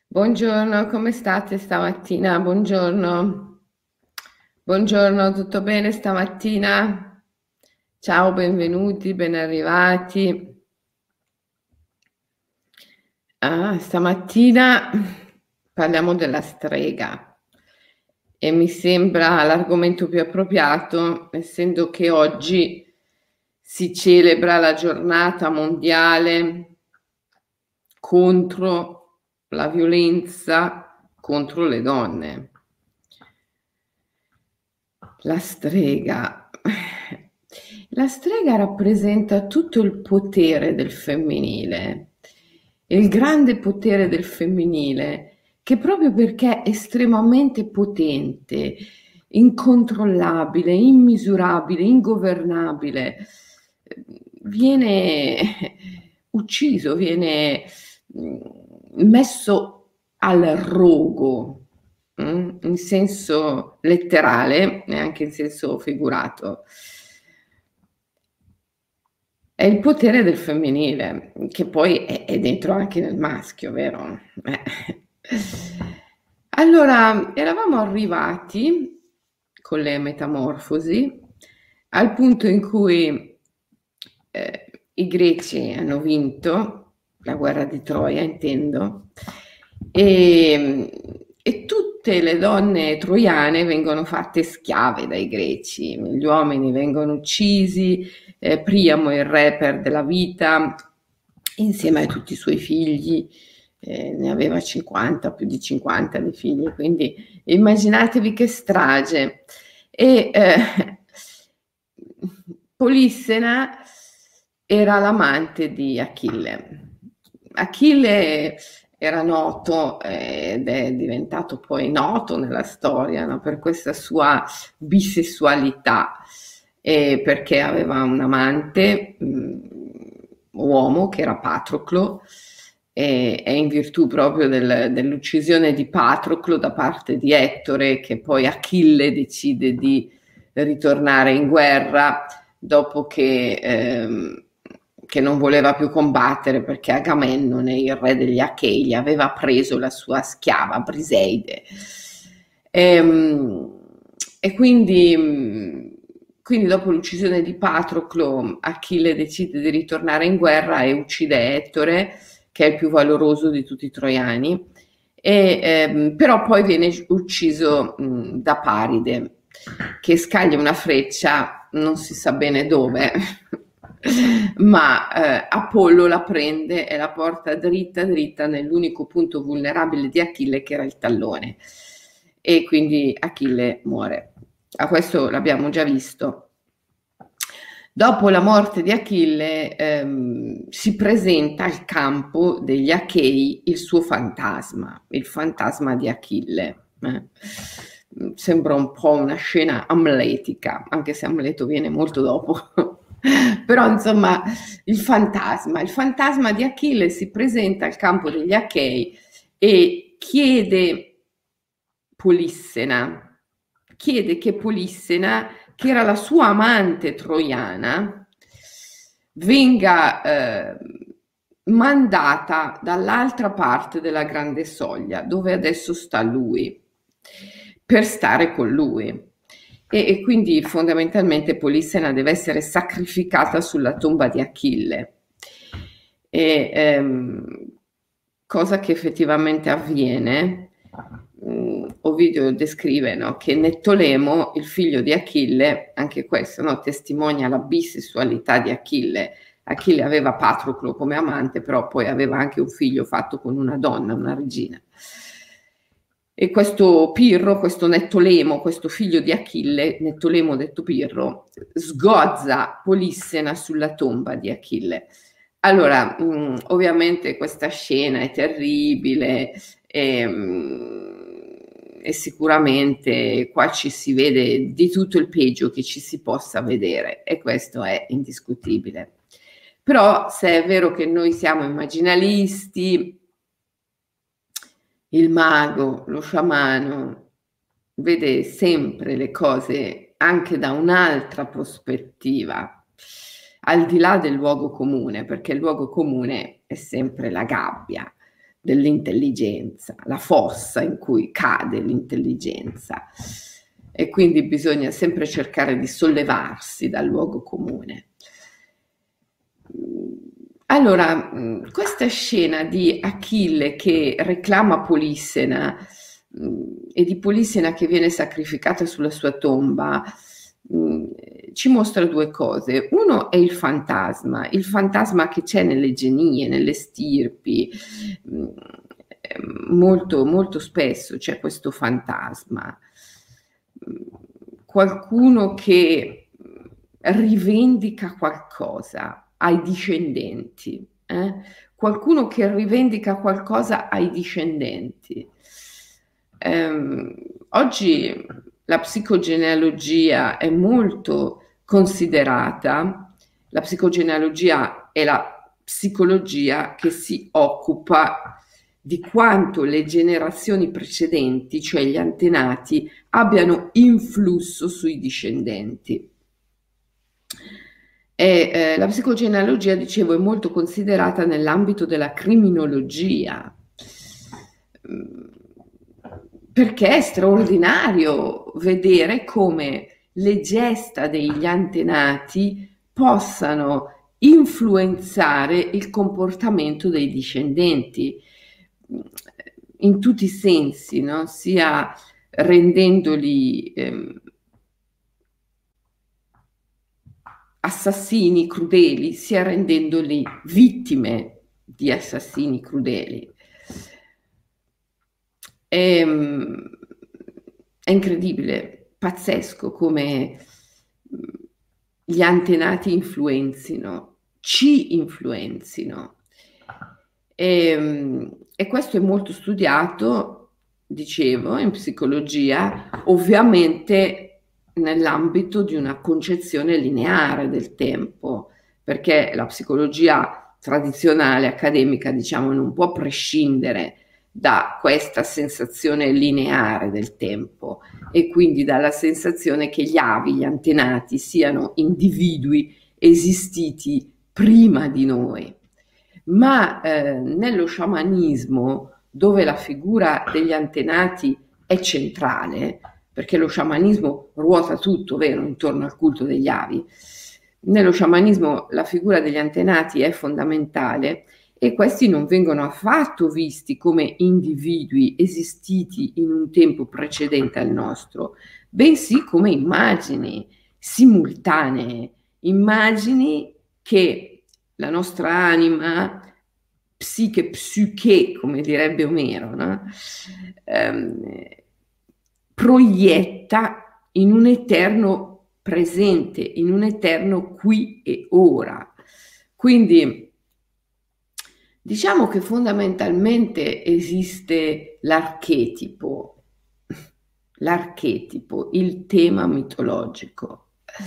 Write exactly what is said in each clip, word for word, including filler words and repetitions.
Buongiorno, come state stamattina? Buongiorno. Buongiorno, tutto bene stamattina? Ciao, benvenuti, ben arrivati. Ah, stamattina parliamo della strega e mi sembra l'argomento più appropriato, essendo che oggi si celebra la giornata mondiale contro la violenza contro le donne. La strega. La strega rappresenta tutto il potere del femminile, il grande potere del femminile, che proprio perché è estremamente potente, incontrollabile, immisurabile, ingovernabile, viene ucciso, viene mm, messo al rogo, mm, in senso letterale e anche in senso figurato. È il potere del femminile, che poi è, è dentro anche nel maschio, vero? Eh. Allora, eravamo arrivati con le metamorfosi al punto in cui eh, i greci hanno vinto la guerra di Troia, intendo, e, e tutte le donne troiane vengono fatte schiave dai greci, gli uomini vengono uccisi, eh, Priamo, il re, perde la vita insieme a tutti i suoi figli, eh, ne aveva cinquanta, più di cinquanta di figli, quindi immaginatevi che strage. E eh, Polissena era l'amante di Achille. Achille era noto eh, ed è diventato poi noto nella storia, no, per questa sua bisessualità, e perché aveva un amante mh, uomo che era Patroclo, e, e in virtù proprio del, dell'uccisione di Patroclo da parte di Ettore, che poi Achille decide di ritornare in guerra dopo che, ehm, che non voleva più combattere perché Agamennone, il re degli Achei, gli aveva preso la sua schiava Briseide. Ehm, e quindi, quindi dopo l'uccisione di Patroclo, Achille decide di ritornare in guerra e uccide Ettore, che è il più valoroso di tutti i troiani, e, ehm, però poi viene ucciso mh, da Paride, che scaglia una freccia, non si sa bene dove, ma eh, Apollo la prende e la porta dritta dritta nell'unico punto vulnerabile di Achille, che era il tallone, e quindi Achille muore. A questo l'abbiamo già visto. Dopo la morte di Achille ehm, si presenta al campo degli Achei il suo fantasma, il fantasma di Achille. Eh. Sembra un po' una scena amletica, anche se Amleto viene molto dopo. Però insomma, il fantasma, il fantasma di Achille si presenta al campo degli Achei e chiede Polissena, chiede che Polissena, che era la sua amante troiana, venga eh, mandata dall'altra parte della grande soglia, dove adesso sta lui, per stare con lui. E, e quindi fondamentalmente Polissena deve essere sacrificata sulla tomba di Achille. E, ehm, cosa che effettivamente avviene. Mm, Ovidio descrive, no, che Nettolemo, il figlio di Achille, anche questo, no, testimonia la bisessualità di Achille. Achille aveva Patroclo come amante, però poi aveva anche un figlio fatto con una donna, una regina. E questo Pirro, questo Nettolemo, questo figlio di Achille, Nettolemo detto Pirro, sgozza Polissena sulla tomba di Achille. Allora, mh, ovviamente questa scena è terribile e, mh, e sicuramente qua ci si vede di tutto il peggio che ci si possa vedere, e questo è indiscutibile. Però se è vero che noi siamo immaginalisti, il mago, lo sciamano, vede sempre le cose anche da un'altra prospettiva, al di là del luogo comune, perché il luogo comune è sempre la gabbia, dell'intelligenza, la fossa in cui cade l'intelligenza, e quindi bisogna sempre cercare di sollevarsi dal luogo comune. Allora, questa scena di Achille che reclama Polissena e di Polissena che viene sacrificata sulla sua tomba ci mostra due cose. Uno è il fantasma, il fantasma che c'è nelle genie, nelle stirpi. Molto, molto spesso c'è questo fantasma. Qualcuno che rivendica qualcosa ai discendenti, eh? Qualcuno che rivendica qualcosa ai discendenti. Um, oggi la psicogenealogia è molto considerata, la psicogenealogia è la psicologia che si occupa di quanto le generazioni precedenti, cioè gli antenati, abbiano influsso sui discendenti. E eh, la psicogenealogia, dicevo, è molto considerata nell'ambito della criminologia, perché è straordinario vedere come le gesta degli antenati possano influenzare il comportamento dei discendenti in tutti i sensi, no? Sia rendendoli ehm, assassini crudeli, sia rendendoli vittime di assassini crudeli. È, è incredibile, pazzesco come gli antenati influenzino, ci influenzino. E, e questo è molto studiato, dicevo, in psicologia, ovviamente nell'ambito di una concezione lineare del tempo, perché la psicologia tradizionale, accademica, diciamo, non può prescindere da questa sensazione lineare del tempo e quindi dalla sensazione che gli avi, gli antenati, siano individui esistiti prima di noi. Ma eh, nello sciamanismo, dove la figura degli antenati è centrale, perché lo sciamanismo ruota tutto, vero, intorno al culto degli avi, nello sciamanismo la figura degli antenati è fondamentale e questi non vengono affatto visti come individui esistiti in un tempo precedente al nostro, bensì come immagini simultanee, immagini che la nostra anima, psiche, psiche, come direbbe Omero, no? ehm, proietta in un eterno presente, in un eterno qui e ora. Quindi diciamo che fondamentalmente esiste l'archetipo, l'archetipo, il tema mitologico.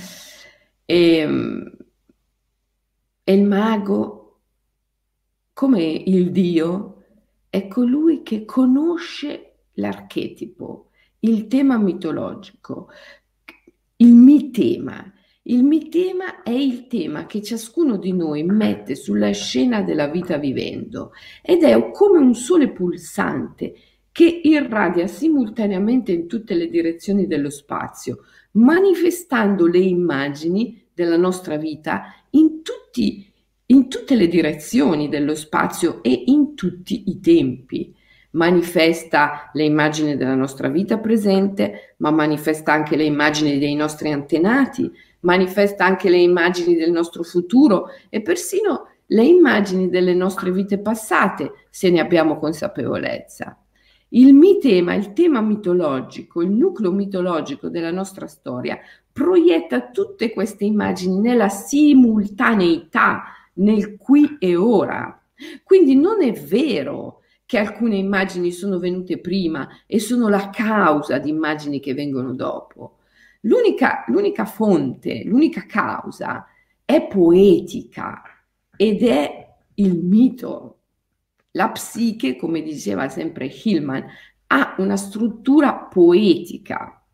E, e il mago, come il Dio, è colui che conosce l'archetipo, il tema mitologico, il mitema. Il mitema è il tema che ciascuno di noi mette sulla scena della vita vivendo ed è come un sole pulsante che irradia simultaneamente in tutte le direzioni dello spazio, manifestando le immagini della nostra vita in tutti, in tutte le direzioni dello spazio e in tutti i tempi. Manifesta le immagini della nostra vita presente, ma manifesta anche le immagini dei nostri antenati, manifesta anche le immagini del nostro futuro e persino le immagini delle nostre vite passate, se ne abbiamo consapevolezza. Il mitema, il tema mitologico, il nucleo mitologico della nostra storia proietta tutte queste immagini nella simultaneità, nel qui e ora. Quindi non è vero che alcune immagini sono venute prima e sono la causa di immagini che vengono dopo. L'unica, l'unica fonte, l'unica causa è poetica ed è il mito. La psiche, come diceva sempre Hillman, ha una struttura poetica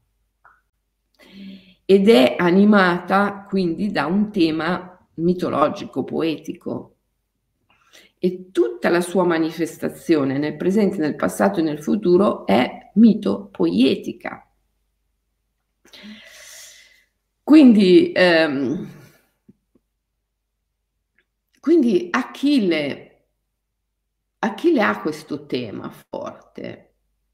ed è animata quindi da un tema mitologico, poetico. e tutta la sua manifestazione nel presente, nel passato e nel futuro è mito-poietica. Quindi, ehm, quindi Achille, Achille ha questo tema forte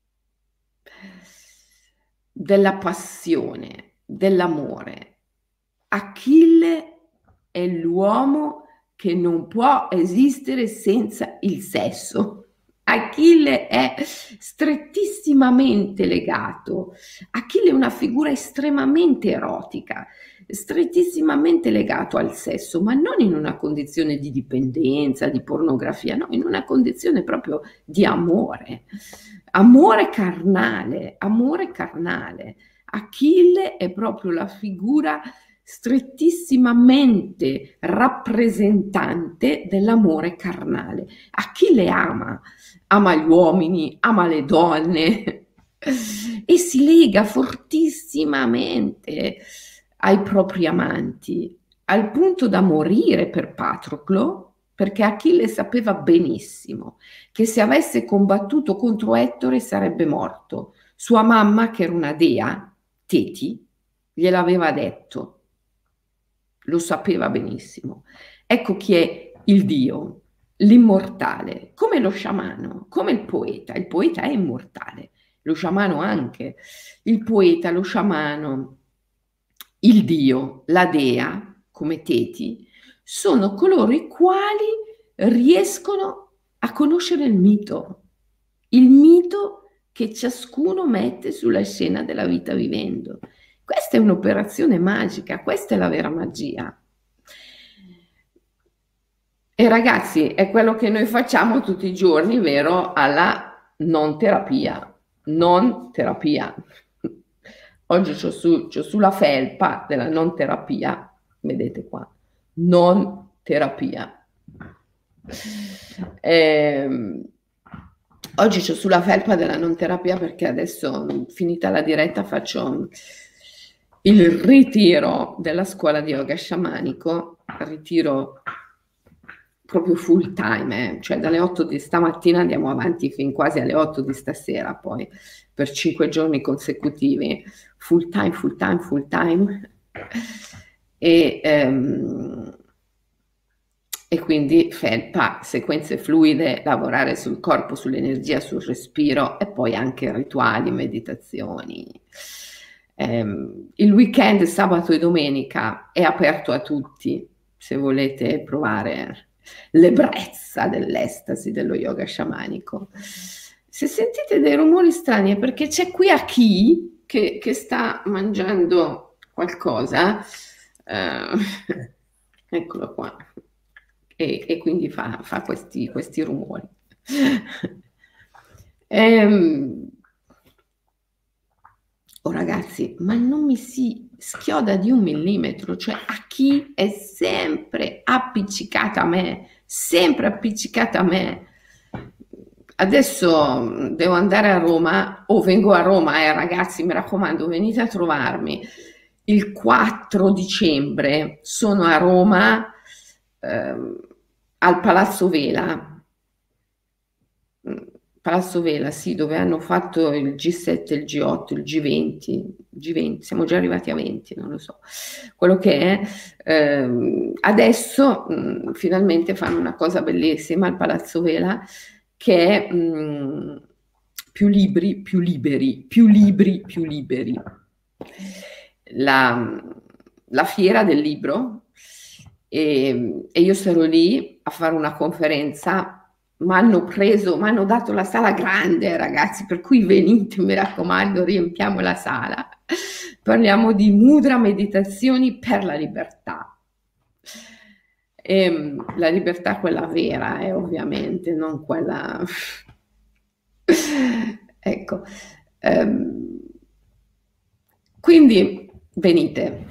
della passione, dell'amore. Achille è l'uomo che non può esistere senza il sesso. Achille è strettissimamente legato. Achille è una figura estremamente erotica, strettissimamente legato al sesso, ma non in una condizione di dipendenza, di pornografia, no, in una condizione proprio di amore. Amore carnale, amore carnale. Achille è proprio la figura strettissimamente rappresentante dell'amore carnale. Achille ama, ama gli uomini, ama le donne e si lega fortissimamente ai propri amanti, al punto da morire per Patroclo, perché Achille sapeva benissimo che se avesse combattuto contro Ettore sarebbe morto. Sua mamma, che era una dea, Teti, gliel'aveva detto. Lo sapeva benissimo. Ecco chi è il Dio, l'immortale, come lo sciamano, come il poeta. Il poeta è immortale, lo sciamano anche. Il poeta, lo sciamano, il Dio, la dea, come Teti, sono coloro i quali riescono a conoscere il mito, il mito che ciascuno mette sulla scena della vita vivendo. Questa è un'operazione magica, questa è la vera magia. E ragazzi, è quello che noi facciamo tutti i giorni, vero? Alla non terapia, non terapia. Oggi c'ho, su, c'ho sulla felpa della non terapia, vedete qua, non terapia. Ehm, oggi c'ho sulla felpa della non terapia perché adesso, finita la diretta, faccio il ritiro della scuola di yoga sciamanico, ritiro proprio full time, eh? Cioè dalle otto di stamattina andiamo avanti fin quasi alle otto di stasera, poi per cinque giorni consecutivi, full time, full time, full time. E, ehm, e quindi felpa, sequenze fluide, lavorare sul corpo, sull'energia, sul respiro e poi anche rituali, meditazioni. Um, il weekend, sabato e domenica, è aperto a tutti se volete provare l'ebbrezza dell'estasi dello yoga sciamanico. Se sentite dei rumori strani è perché c'è qui Aki che, che sta mangiando qualcosa, uh, eccolo qua, e, e quindi fa, fa questi, questi rumori. ehm, Oh ragazzi, ma non mi si schioda di un millimetro, cioè Aki è sempre appiccicata a me, sempre appiccicata a me. Adesso devo andare a Roma, o vengo a Roma, eh ragazzi, mi raccomando, venite a trovarmi. Il quattro dicembre sono a Roma, ehm, al Palazzo Vela. Palazzo Vela, sì, dove hanno fatto il G sette, il G otto, il G venti, G venti, siamo già arrivati a venti, non lo so, quello che è. Eh, adesso mh, finalmente fanno una cosa bellissima al Palazzo Vela, che è mh, più libri, più liberi, più libri, più liberi. La, la fiera del libro, e, e io sarò lì a fare una conferenza. Mi hanno preso, mi hanno dato la sala grande, ragazzi, per cui venite, mi raccomando, riempiamo la sala. Parliamo di mudra, meditazioni per la libertà. E, la libertà quella vera, eh, ovviamente, non quella... ecco. Ehm, quindi venite.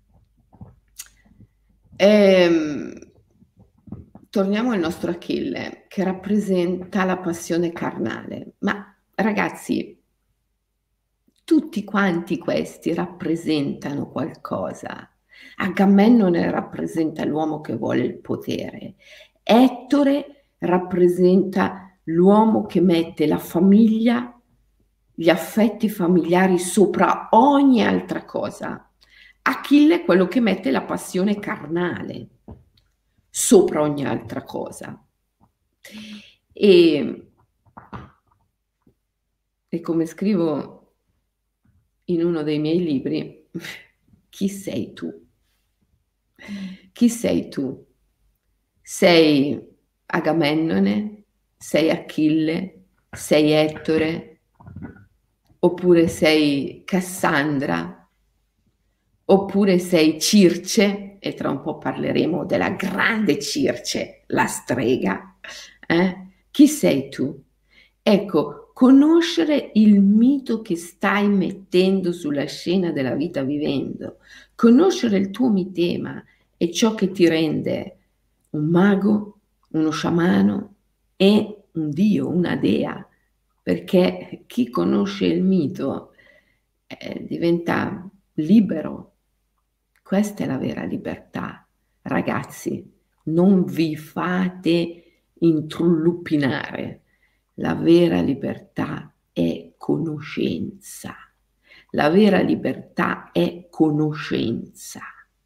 Ehm, Torniamo al nostro Achille, che rappresenta la passione carnale. Ma ragazzi, tutti quanti questi rappresentano qualcosa. Agamennone rappresenta l'uomo che vuole il potere. Ettore rappresenta l'uomo che mette la famiglia, gli affetti familiari sopra ogni altra cosa. Achille è quello che mette la passione carnale sopra ogni altra cosa. E, e come scrivo in uno dei miei libri, chi sei tu? Chi sei tu? Sei Agamennone? Sei Achille? Sei Ettore? Oppure sei Cassandra? Oppure sei Circe? E tra un po' parleremo della grande Circe, la strega. Eh? Chi sei tu? Ecco, conoscere il mito che stai mettendo sulla scena della vita vivendo, conoscere il tuo mitema è ciò che ti rende un mago, uno sciamano e un dio, una dea, perché chi conosce il mito eh, diventa libero. Questa è la vera libertà. Ragazzi, non vi fate intrullupinare. La vera libertà è conoscenza. La vera libertà è conoscenza.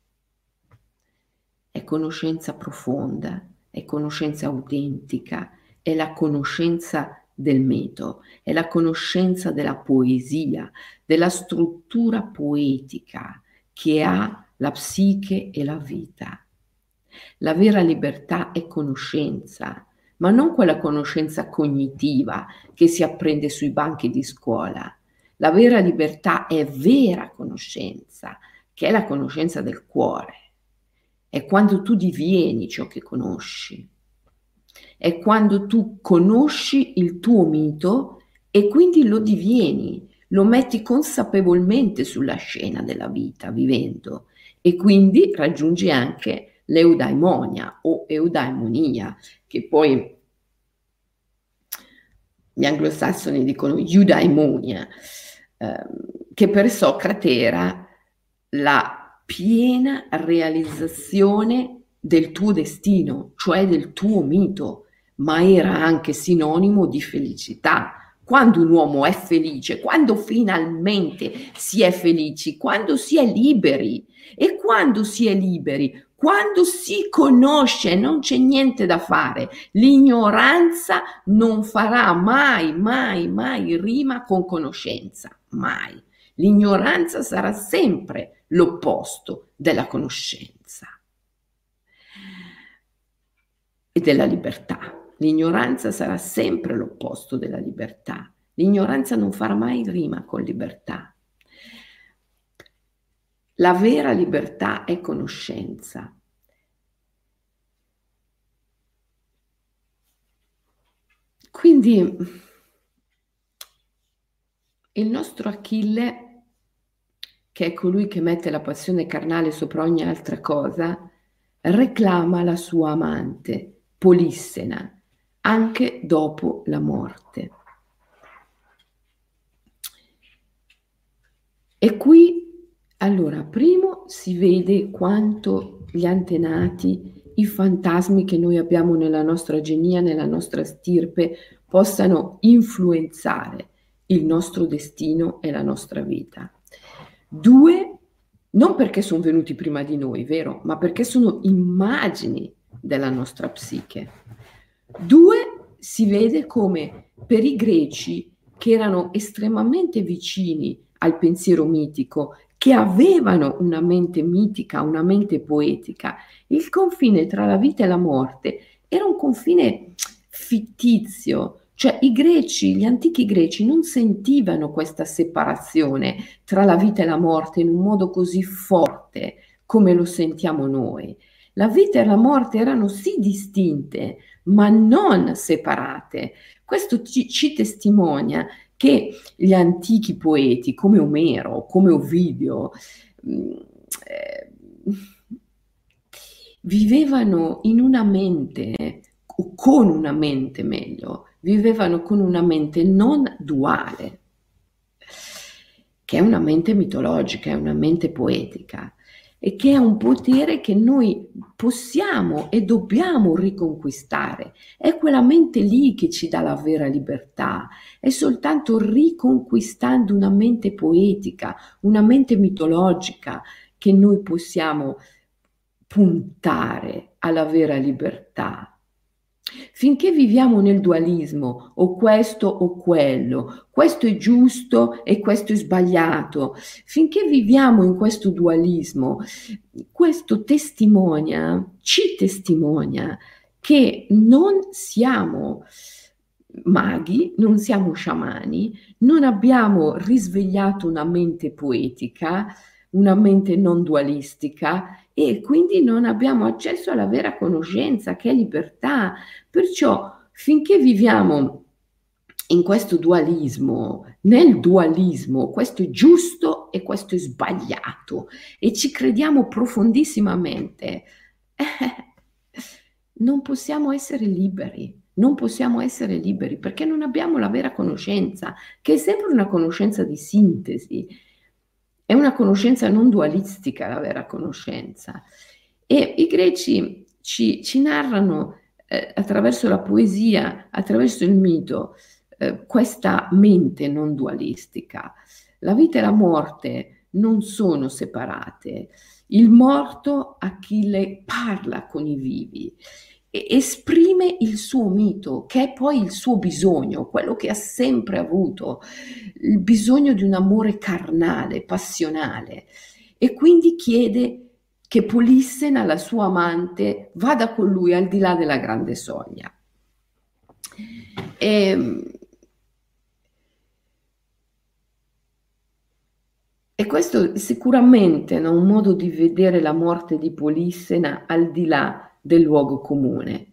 È conoscenza profonda, è conoscenza autentica, è la conoscenza del mito, è la conoscenza della poesia, della struttura poetica che ha la psiche e la vita. La vera libertà è conoscenza, ma non quella conoscenza cognitiva che si apprende sui banchi di scuola. La vera libertà è vera conoscenza, che è la conoscenza del cuore. È quando tu divieni ciò che conosci. È quando tu conosci il tuo mito e quindi lo divieni, lo metti consapevolmente sulla scena della vita, vivendo, e quindi raggiungi anche l'eudaimonia o eudaimonia, che poi gli anglosassoni dicono eudaimonia, eh, che per Socrate era la piena realizzazione del tuo destino, cioè del tuo mito, ma era anche sinonimo di felicità. Quando un uomo è felice, quando finalmente si è felici, quando si è liberi, e quando si è liberi, quando si conosce, non c'è niente da fare. L'ignoranza non farà mai, mai, mai rima con conoscenza, mai. L'ignoranza sarà sempre l'opposto della conoscenza e della libertà. L'ignoranza sarà sempre l'opposto della libertà. L'ignoranza non farà mai rima con libertà. La vera libertà è conoscenza. Quindi il nostro Achille, che è colui che mette la passione carnale sopra ogni altra cosa, reclama la sua amante, Polissena, anche dopo la morte. E qui, allora, primo si vede quanto gli antenati, i fantasmi che noi abbiamo nella nostra genia, nella nostra stirpe, possano influenzare il nostro destino e la nostra vita. Due, non perché sono venuti prima di noi, vero? Ma perché sono immagini della nostra psiche. Due, si vede come per i greci, che erano estremamente vicini al pensiero mitico, che avevano una mente mitica, una mente poetica, il confine tra la vita e la morte era un confine fittizio. Cioè i greci, gli antichi greci non sentivano questa separazione tra la vita e la morte in un modo così forte come lo sentiamo noi. La vita e la morte erano sì distinte, ma non separate. Questo ci, ci testimonia che gli antichi poeti come Omero, come Ovidio, eh, vivevano in una mente, o con una mente meglio, vivevano con una mente non duale, che è una mente mitologica, è una mente poetica. e che è un potere che noi possiamo e dobbiamo riconquistare. È quella mente lì che ci dà la vera libertà, è soltanto riconquistando una mente poetica, una mente mitologica, che noi possiamo puntare alla vera libertà. Finché viviamo nel dualismo, o questo o quello, questo è giusto e questo è sbagliato, finché viviamo in questo dualismo, questo testimonia, ci testimonia che non siamo maghi, non siamo sciamani, non abbiamo risvegliato una mente poetica, una mente non dualistica, e quindi non abbiamo accesso alla vera conoscenza, che è libertà. Perciò finché viviamo in questo dualismo, nel dualismo, questo è giusto e questo è sbagliato, e ci crediamo profondissimamente, eh, non possiamo essere liberi. Non possiamo essere liberi perché non abbiamo la vera conoscenza, che è sempre una conoscenza di sintesi. È una conoscenza non dualistica, la vera conoscenza. E i greci ci, ci narrano eh, attraverso la poesia, attraverso il mito, eh, questa mente non dualistica. La vita e la morte non sono separate. Il morto, Achille, parla con i vivi, esprime il suo mito, che è poi il suo bisogno, quello che ha sempre avuto, il bisogno di un amore carnale, passionale, e quindi chiede che Polissena, la sua amante, vada con lui al di là della grande soglia. E, e questo sicuramente è un modo di vedere la morte di Polissena al di là del luogo comune.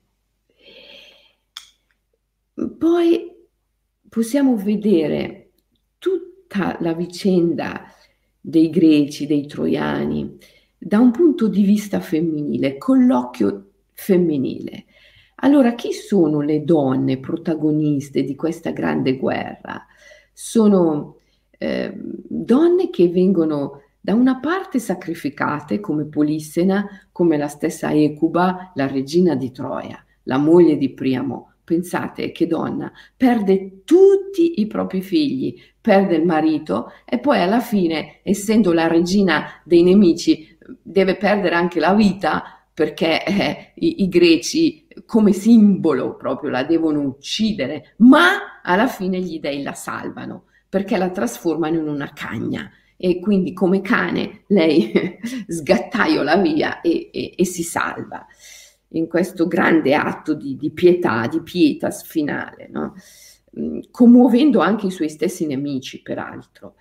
Poi possiamo vedere tutta la vicenda dei greci, dei troiani, da un punto di vista femminile, con l'occhio femminile. Allora, chi sono le donne protagoniste di questa grande guerra? Sono eh, donne che vengono da una parte sacrificate, come Polissena, come la stessa Ecuba, la regina di Troia, la moglie di Priamo. Pensate che donna, perde tutti i propri figli, perde il marito e poi alla fine, essendo la regina dei nemici, deve perdere anche la vita, perché eh, i, i greci come simbolo proprio la devono uccidere, ma alla fine gli dei la salvano, perché la trasformano in una cagna. E quindi come cane lei sgattaiola via e, e, e si salva in questo grande atto di, di pietà, di pietas finale, no? Commuovendo anche i suoi stessi nemici, peraltro.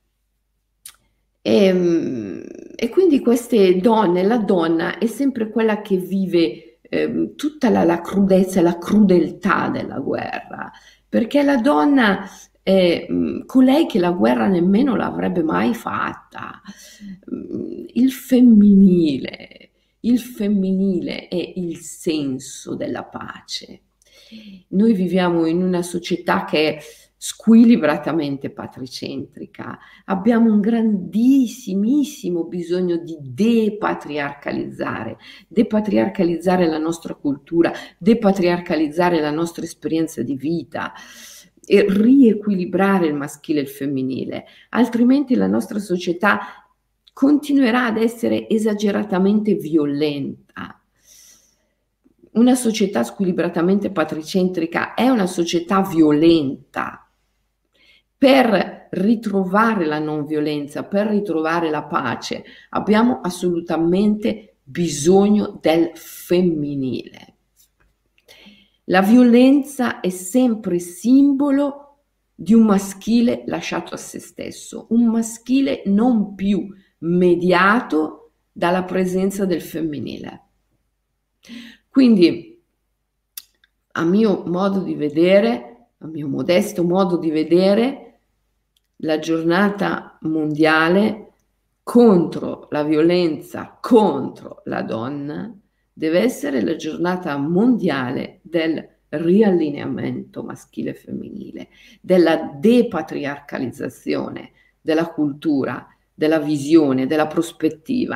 E, e quindi queste donne, la donna è sempre quella che vive eh, tutta la, la crudezza e la crudeltà della guerra, perché la donna è mh, colei che la guerra nemmeno l'avrebbe mai fatta. Il femminile, il femminile è il senso della pace. Noi viviamo in una società che è squilibratamente patricentrica, abbiamo un grandissimissimo bisogno di depatriarcalizzare, depatriarcalizzare la nostra cultura, depatriarcalizzare la nostra esperienza di vita e riequilibrare il maschile e il femminile, altrimenti la nostra società continuerà ad essere esageratamente violenta. Una società squilibratamente patricentrica è una società violenta. Per ritrovare la non violenza, per ritrovare la pace, abbiamo assolutamente bisogno del femminile. La violenza è sempre simbolo di un maschile lasciato a se stesso, un maschile non più mediato dalla presenza del femminile. Quindi, a mio modo di vedere, a mio modesto modo di vedere, la giornata mondiale contro la violenza contro la donna deve essere la giornata mondiale del riallineamento maschile e femminile, della depatriarcalizzazione della cultura, della visione, della prospettiva,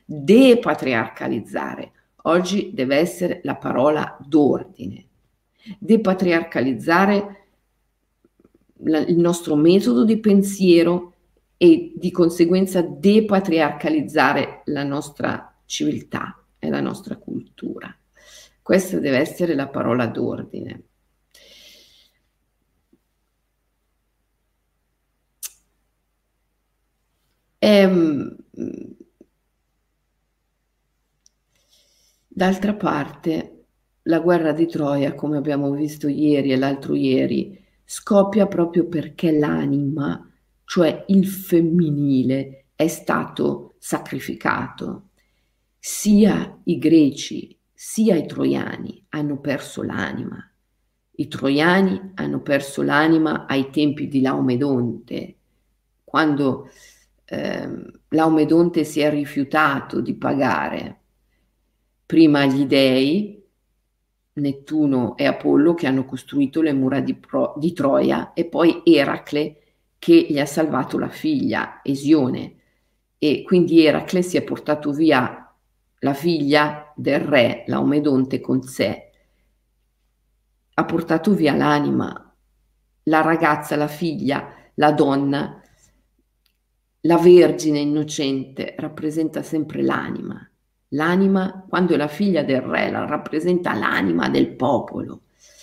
depatriarcalizzare. Oggi deve essere la parola d'ordine. Depatriarcalizzare la, il nostro metodo di pensiero e di conseguenza depatriarcalizzare la nostra civiltà e la nostra cultura. Questa deve essere la parola d'ordine. Ehm, D'altra parte, la guerra di Troia, come abbiamo visto ieri e l'altro ieri, scoppia proprio perché l'anima, cioè il femminile, è stato sacrificato. Sia i greci sia i troiani hanno perso l'anima. I troiani hanno perso l'anima ai tempi di Laomedonte, quando eh, Laomedonte si è rifiutato di pagare prima gli dei, Nettuno e Apollo, che hanno costruito le mura di, Pro, di Troia, e poi Eracle, che gli ha salvato la figlia, Esione. E quindi Eracle si è portato via la figlia del re, Laomedonte, con sé. Ha portato via l'anima, la ragazza, la figlia, la donna, la vergine innocente rappresenta sempre l'anima. L'anima, quando è la figlia del re, la rappresenta l'anima del popolo.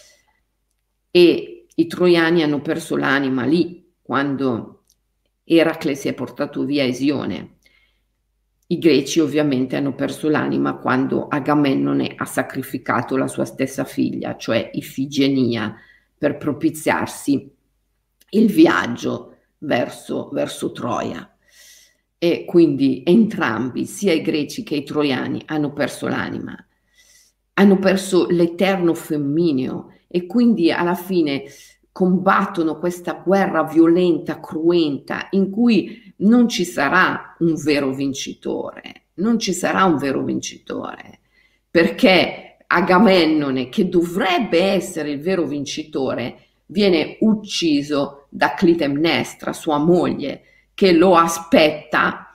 E i troiani hanno perso l'anima lì, quando Eracle si è portato via Esione. I greci ovviamente hanno perso l'anima quando Agamennone ha sacrificato la sua stessa figlia, cioè Ifigenia, per propiziarsi il viaggio verso, verso Troia. E quindi entrambi, sia i greci che i troiani, hanno perso l'anima, hanno perso l'eterno femmineo e quindi alla fine combattono questa guerra violenta, cruenta, in cui non ci sarà un vero vincitore, non ci sarà un vero vincitore, perché Agamennone, che dovrebbe essere il vero vincitore, viene ucciso da Clitemnestra, sua moglie, che lo aspetta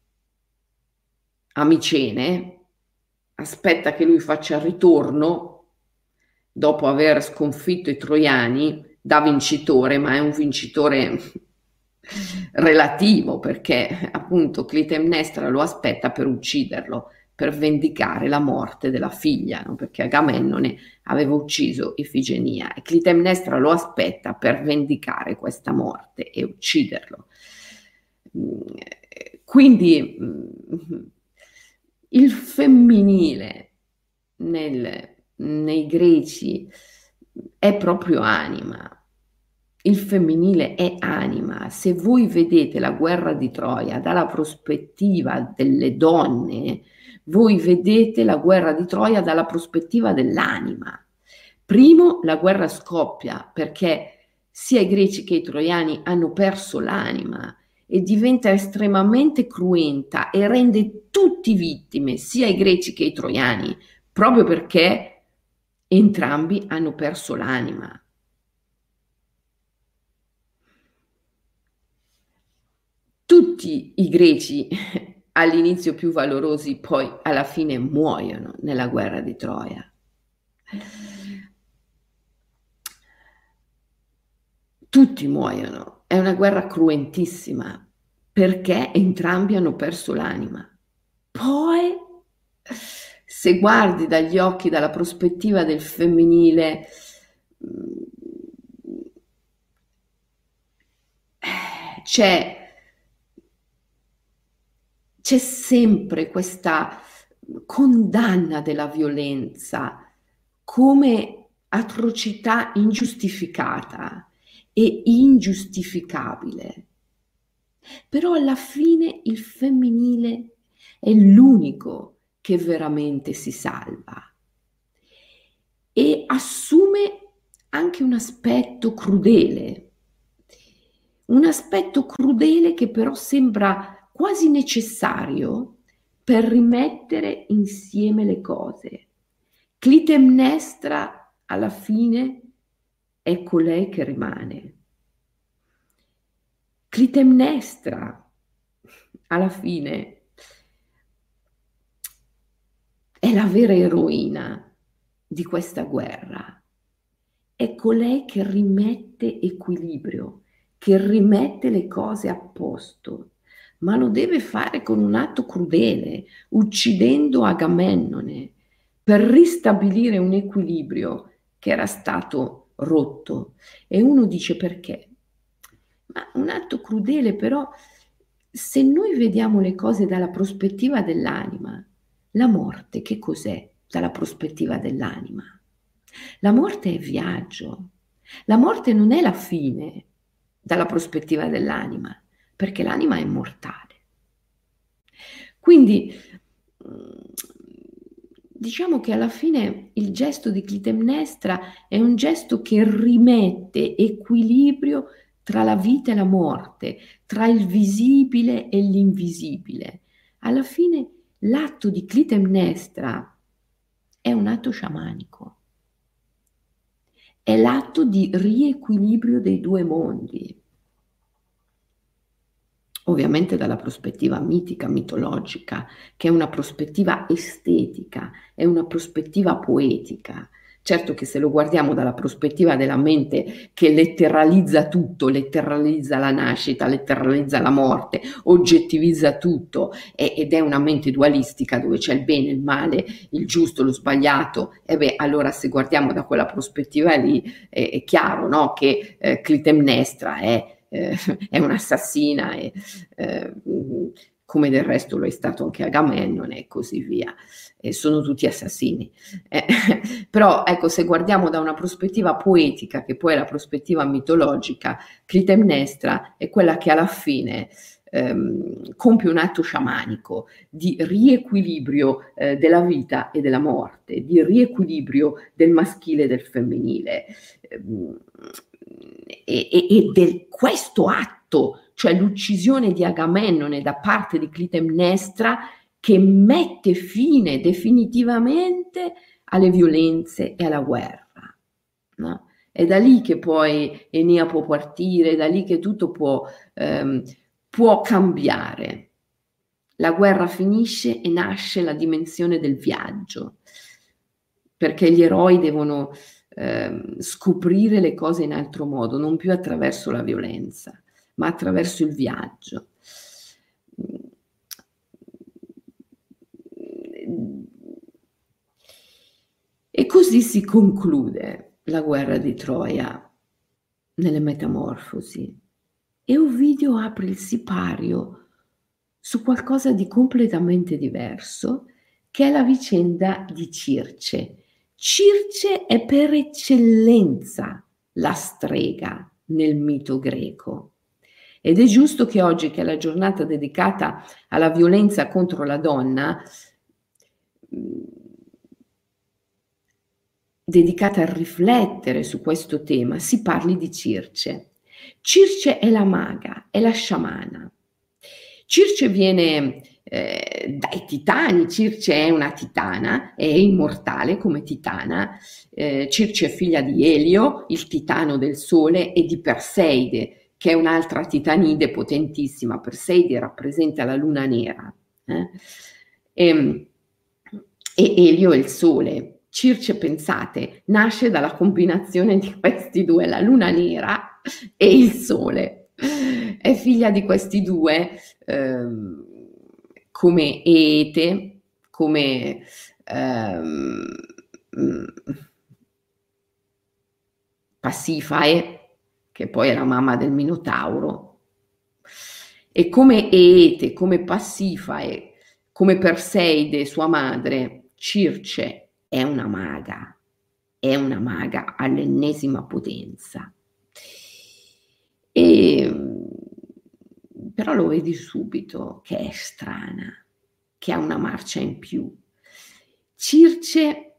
a Micene, aspetta che lui faccia il ritorno dopo aver sconfitto i troiani da vincitore, ma è un vincitore relativo, perché appunto Clitemnestra lo aspetta per ucciderlo, per vendicare la morte della figlia, no? Perché Agamennone aveva ucciso Ifigenia e Clitemnestra lo aspetta per vendicare questa morte e ucciderlo. Quindi il femminile nel, nei greci è proprio anima. Il femminile è anima. Se voi vedete la guerra di Troia dalla prospettiva delle donne, voi vedete la guerra di Troia dalla prospettiva dell'anima. Primo, la guerra scoppia perché sia i greci che i troiani hanno perso l'anima e diventa estremamente cruenta e rende tutti vittime, sia i greci che i troiani, proprio perché entrambi hanno perso l'anima. Tutti i greci all'inizio più valorosi poi alla fine muoiono nella guerra di Troia. Tutti muoiono, è una guerra cruentissima perché entrambi hanno perso l'anima. Poi, se guardi dagli occhi, dalla prospettiva del femminile, c'è c'è sempre questa condanna della violenza come atrocità ingiustificata e ingiustificabile. Però alla fine il femminile è l'unico che veramente si salva e assume anche un aspetto crudele, un aspetto crudele che però sembra quasi necessario per rimettere insieme le cose. Clitemnestra alla fine è colei che rimane. Clitemnestra alla fine è la vera eroina di questa guerra. È colei che rimette equilibrio, che rimette le cose a posto, ma lo deve fare con un atto crudele, uccidendo Agamennone, per ristabilire un equilibrio che era stato rotto. E uno dice perché? Ma un atto crudele, però, se noi vediamo le cose dalla prospettiva dell'anima, la morte che cos'è dalla prospettiva dell'anima? La morte è viaggio, la morte non è la fine dalla prospettiva dell'anima, perché l'anima è immortale. Quindi diciamo che alla fine il gesto di Clitemnestra è un gesto che rimette equilibrio tra la vita e la morte, tra il visibile e l'invisibile. Alla fine l'atto di Clitemnestra è un atto sciamanico, è l'atto di riequilibrio dei due mondi. Ovviamente dalla prospettiva mitica, mitologica, che è una prospettiva estetica, è una prospettiva poetica. Certo che se lo guardiamo dalla prospettiva della mente che letteralizza tutto, letteralizza la nascita, letteralizza la morte, oggettivizza tutto e, ed è una mente dualistica dove c'è il bene, il male, il giusto, lo sbagliato, e beh, allora se guardiamo da quella prospettiva lì è, è chiaro, no? Che eh, Clitemnestra è Eh, è un'assassina, e, eh, come del resto lo è stato anche Agamennone e così via, e sono tutti assassini. Eh, però ecco, se guardiamo da una prospettiva poetica, che poi è la prospettiva mitologica, Clitemnestra è quella che alla fine ehm, compie un atto sciamanico di riequilibrio eh, della vita e della morte, di riequilibrio del maschile e del femminile. Ehm, E, e, e del questo atto, cioè l'uccisione di Agamennone da parte di Clitemnestra, che mette fine definitivamente alle violenze e alla guerra, no? È da lì che poi Enea può partire, è da lì che tutto può, ehm, può cambiare. La guerra finisce e nasce la dimensione del viaggio, perché gli eroi devono eh, scoprire le cose in altro modo, non più attraverso la violenza, ma attraverso il viaggio. E così si conclude la guerra di Troia nelle Metamorfosi, e Ovidio apre il sipario su qualcosa di completamente diverso, che è la vicenda di Circe. Circe è per eccellenza la strega nel mito greco, ed è giusto che oggi, che è la giornata dedicata alla violenza contro la donna, dedicata a riflettere su questo tema, si parli di Circe. Circe è la maga, è la sciamana. Circe viene eh, dai titani, Circe è una titana, è immortale come titana. Eh, Circe è figlia di Elio, il titano del sole, e di Perseide, che è un'altra titanide potentissima. Perseide rappresenta la luna nera. Eh? E, e Elio è il sole. Circe, pensate, nasce dalla combinazione di questi due, la luna nera e il sole. È figlia di questi due, ehm, come Ete, come ehm, Passifae, che poi è la mamma del Minotauro, e come Ete, come Passifae, come Perseide, sua madre, Circe è una maga, è una maga all'ennesima potenza. E, però lo vedi subito che è strana, che ha una marcia in più. Circe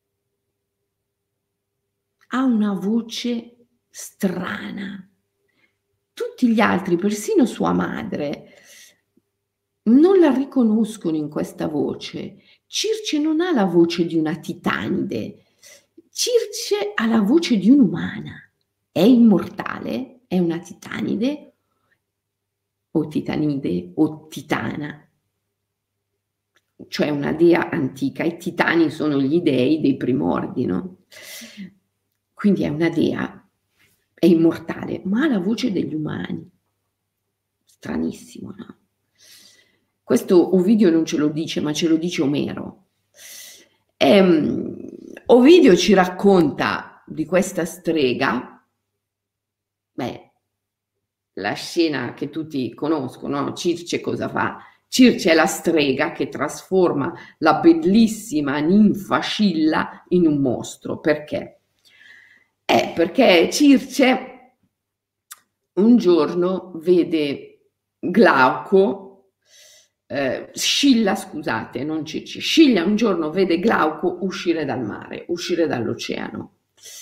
ha una voce strana. Tutti gli altri, persino sua madre, non la riconoscono in questa voce. Circe non ha la voce di una titanide, Circe ha la voce di un'umana, è immortale, è una titanide o titanide o titana. cioè una dea antica. I titani sono gli dei dei primordi, no? Quindi è una dea, è immortale, ma ha la voce degli umani. Stranissimo, no? Questo Ovidio non ce lo dice, ma ce lo dice Omero. E, Ovidio ci racconta di questa strega, beh, la scena che tutti conoscono, Circe cosa fa? Circe è la strega che trasforma la bellissima ninfa Scilla in un mostro. Perché? Eh, perché Circe un giorno vede Glauco, eh, Scilla, scusate, non Circe, Scilla un giorno vede Glauco uscire dal mare, uscire dall'oceano.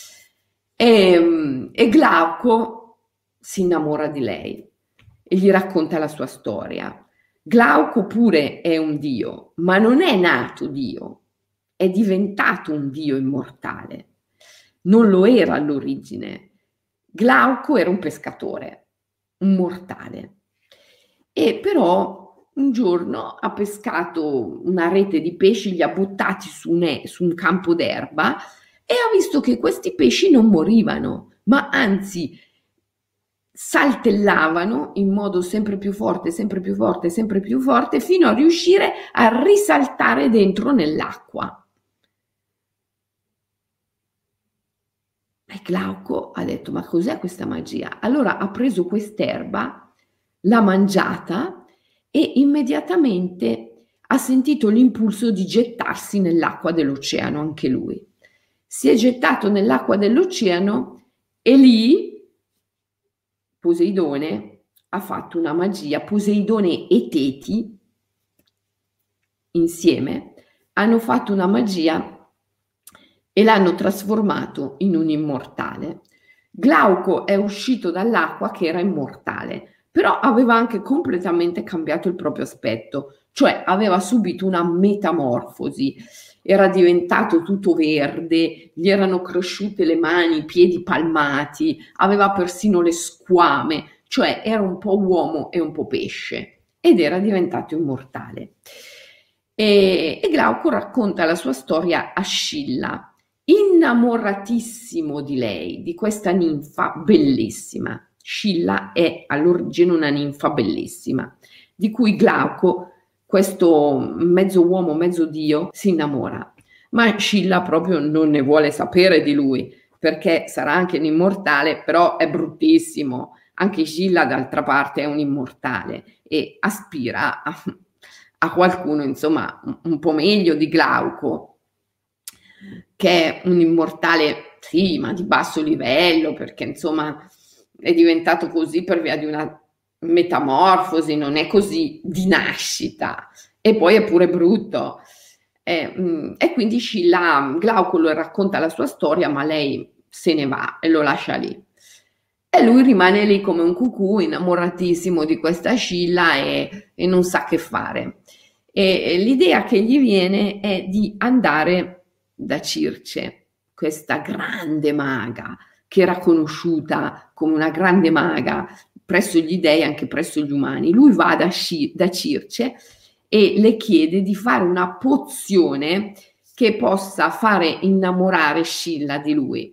E, e Glauco si innamora di lei e gli racconta la sua storia. Glauco pure è un dio, ma non è nato dio, è diventato un dio immortale. Non lo era all'origine. Glauco era un pescatore, un mortale. E però un giorno ha pescato una rete di pesci, li ha buttati su un, su un campo d'erba e ha visto che questi pesci non morivano, ma anzi saltellavano in modo sempre più forte, sempre più forte, sempre più forte, fino a riuscire a risaltare dentro nell'acqua. E Glauco ha detto: ma cos'è questa magia? Allora ha preso quest'erba, l'ha mangiata e immediatamente ha sentito l'impulso di gettarsi nell'acqua dell'oceano anche lui. Si è gettato nell'acqua dell'oceano e lì Poseidone ha fatto una magia. Poseidone e Teti insieme hanno fatto una magia e l'hanno trasformato in un immortale. Glauco è uscito dall'acqua che era immortale, però aveva anche completamente cambiato il proprio aspetto, cioè aveva subito una metamorfosi, era diventato tutto verde, gli erano cresciute le mani, i piedi palmati, aveva persino le squame, cioè era un po' uomo e un po' pesce ed era diventato immortale. E, e Glauco racconta la sua storia a Scilla, innamoratissimo di lei, di questa ninfa bellissima. Scilla è all'origine una ninfa bellissima, di cui Glauco, questo mezzo uomo, mezzo dio, si innamora. Ma Scilla proprio non ne vuole sapere di lui, perché sarà anche un immortale, però è bruttissimo. Anche Scilla, d'altra parte, è un immortale e aspira a, a qualcuno, insomma, un, un po' meglio di Glauco, che è un immortale, sì, ma di basso livello, perché insomma è diventato così per via di una metamorfosi, non è così di nascita, e poi è pure brutto. E, e quindi Scilla, Glauco le racconta la sua storia, ma lei se ne va e lo lascia lì. E lui rimane lì come un cucù, innamoratissimo di questa Scilla e, e non sa che fare. E, e l'idea che gli viene è di andare da Circe, questa grande maga che era conosciuta come una grande maga presso gli dei, anche presso gli umani. Lui va da, da Circe e le chiede di fare una pozione che possa fare innamorare Scilla di lui.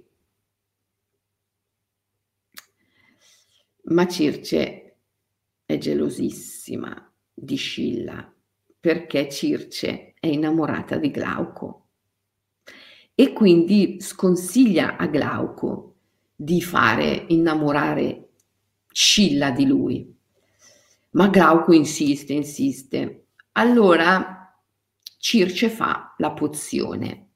Ma Circe è gelosissima di Scilla perché Circe è innamorata di Glauco e quindi sconsiglia a Glauco di fare innamorare Scilla di lui. Ma Glauco insiste, insiste. Allora Circe fa la pozione,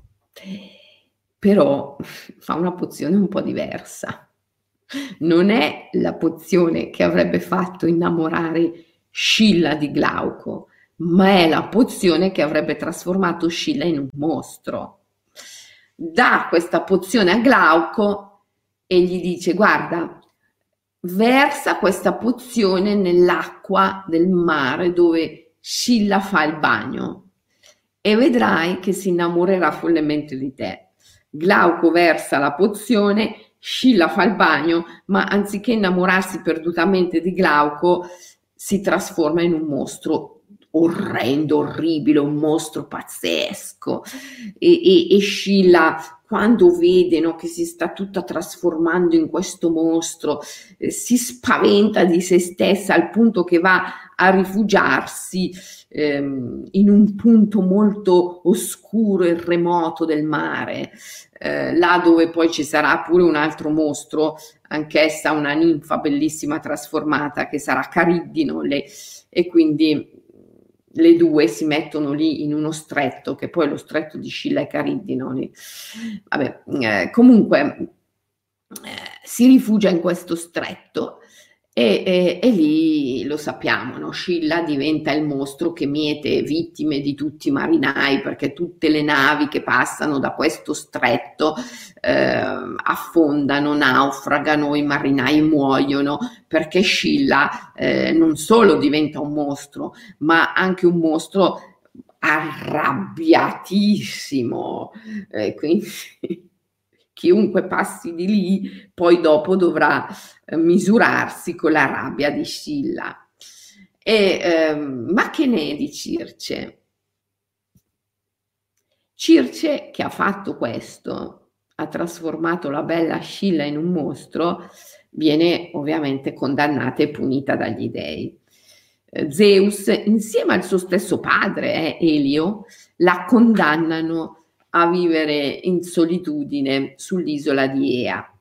però fa una pozione un po' diversa. Non è la pozione che avrebbe fatto innamorare Scilla di Glauco, ma è la pozione che avrebbe trasformato Scilla in un mostro. Dà questa pozione a Glauco e gli dice: guarda, versa questa pozione nell'acqua del mare dove Scilla fa il bagno e vedrai che si innamorerà follemente di te. Glauco versa la pozione, Scilla fa il bagno, ma anziché innamorarsi perdutamente di Glauco si trasforma in un mostro orrendo, orribile, un mostro pazzesco, e, e, e Scilla, quando vede, no, che si sta tutta trasformando in questo mostro, eh, si spaventa di se stessa al punto che va a rifugiarsi ehm, in un punto molto oscuro e remoto del mare, eh, là dove poi ci sarà pure un altro mostro, anch'essa una ninfa bellissima trasformata, che sarà Cariddino, le, e quindi le due si mettono lì in uno stretto, che poi è lo stretto di Scilla e Cariddino. Vabbè, eh, comunque eh, si rifugia in questo stretto e, e, e lì lo sappiamo, no? Scilla diventa il mostro che miete vittime di tutti i marinai, perché tutte le navi che passano da questo stretto eh, affondano, naufragano, i marinai muoiono, perché Scilla eh, non solo diventa un mostro, ma anche un mostro arrabbiatissimo, eh, quindi chiunque passi di lì poi dopo dovrà eh, misurarsi con la rabbia di Scilla. E, ehm, ma che ne è di Circe? Circe, che ha fatto questo, ha trasformato la bella Scilla in un mostro, viene ovviamente condannata e punita dagli dei. Eh, Zeus, insieme al suo stesso padre, eh, Elio, la condannano a vivere in solitudine sull'isola di Ea.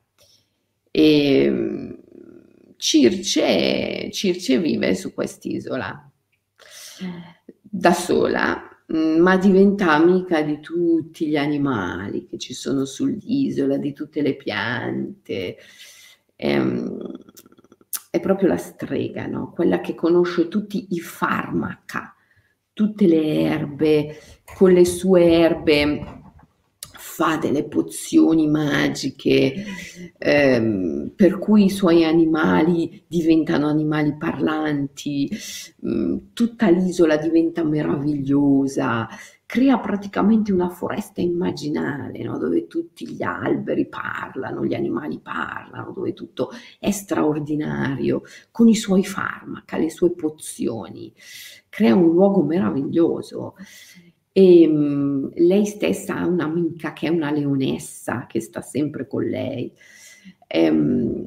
E Circe, Circe vive su quest'isola da sola, ma diventa amica di tutti gli animali che ci sono sull'isola, di tutte le piante. È, è proprio la strega, no? Quella che conosce tutti i farmaca, tutte le erbe, con le sue erbe fa delle pozioni magiche, ehm, per cui i suoi animali diventano animali parlanti, mh, tutta l'isola diventa meravigliosa, crea praticamente una foresta immaginale, no? Dove tutti gli alberi parlano, gli animali parlano, dove tutto è straordinario, con i suoi farmaca, le sue pozioni, crea un luogo meraviglioso. E um, lei stessa ha un'amica che è una leonessa che sta sempre con lei. E, um,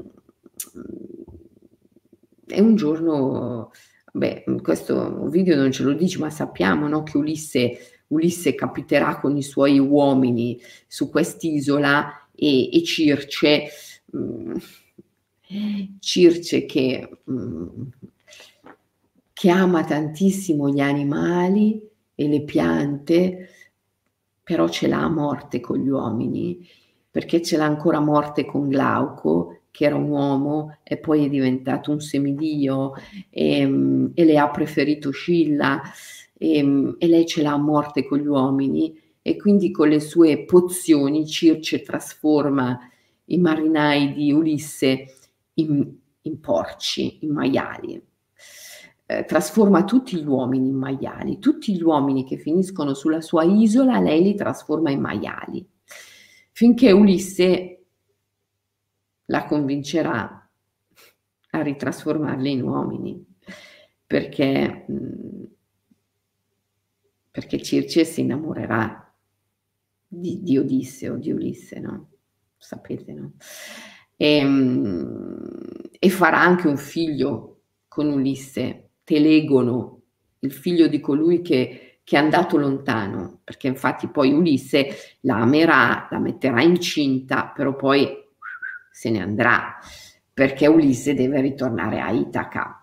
e un giorno, beh, questo video non ce lo dice, ma sappiamo, no, che Ulisse, Ulisse capiterà con i suoi uomini su quest'isola e, e Circe, um, Circe che, um, che ama tantissimo gli animali e le piante, però ce l'ha a morte con gli uomini, perché ce l'ha ancora a morte con Glauco, che era un uomo e poi è diventato un semidio, e, e le ha preferito Scilla, e, e lei ce l'ha a morte con gli uomini, e quindi con le sue pozioni Circe trasforma i marinai di Ulisse in, in porci, in maiali. Eh, trasforma tutti gli uomini in maiali, tutti gli uomini che finiscono sulla sua isola, lei li trasforma in maiali, finché Ulisse la convincerà a ritrasformarli in uomini, perché, mh, perché Circe si innamorerà di, di Odisseo, di Ulisse, no? Sapete, no? E, mh, e farà anche un figlio con Ulisse, Telegono, il figlio di colui che, che è andato lontano, perché infatti poi Ulisse la amerà, la metterà incinta, però poi se ne andrà, perché Ulisse deve ritornare a Itaca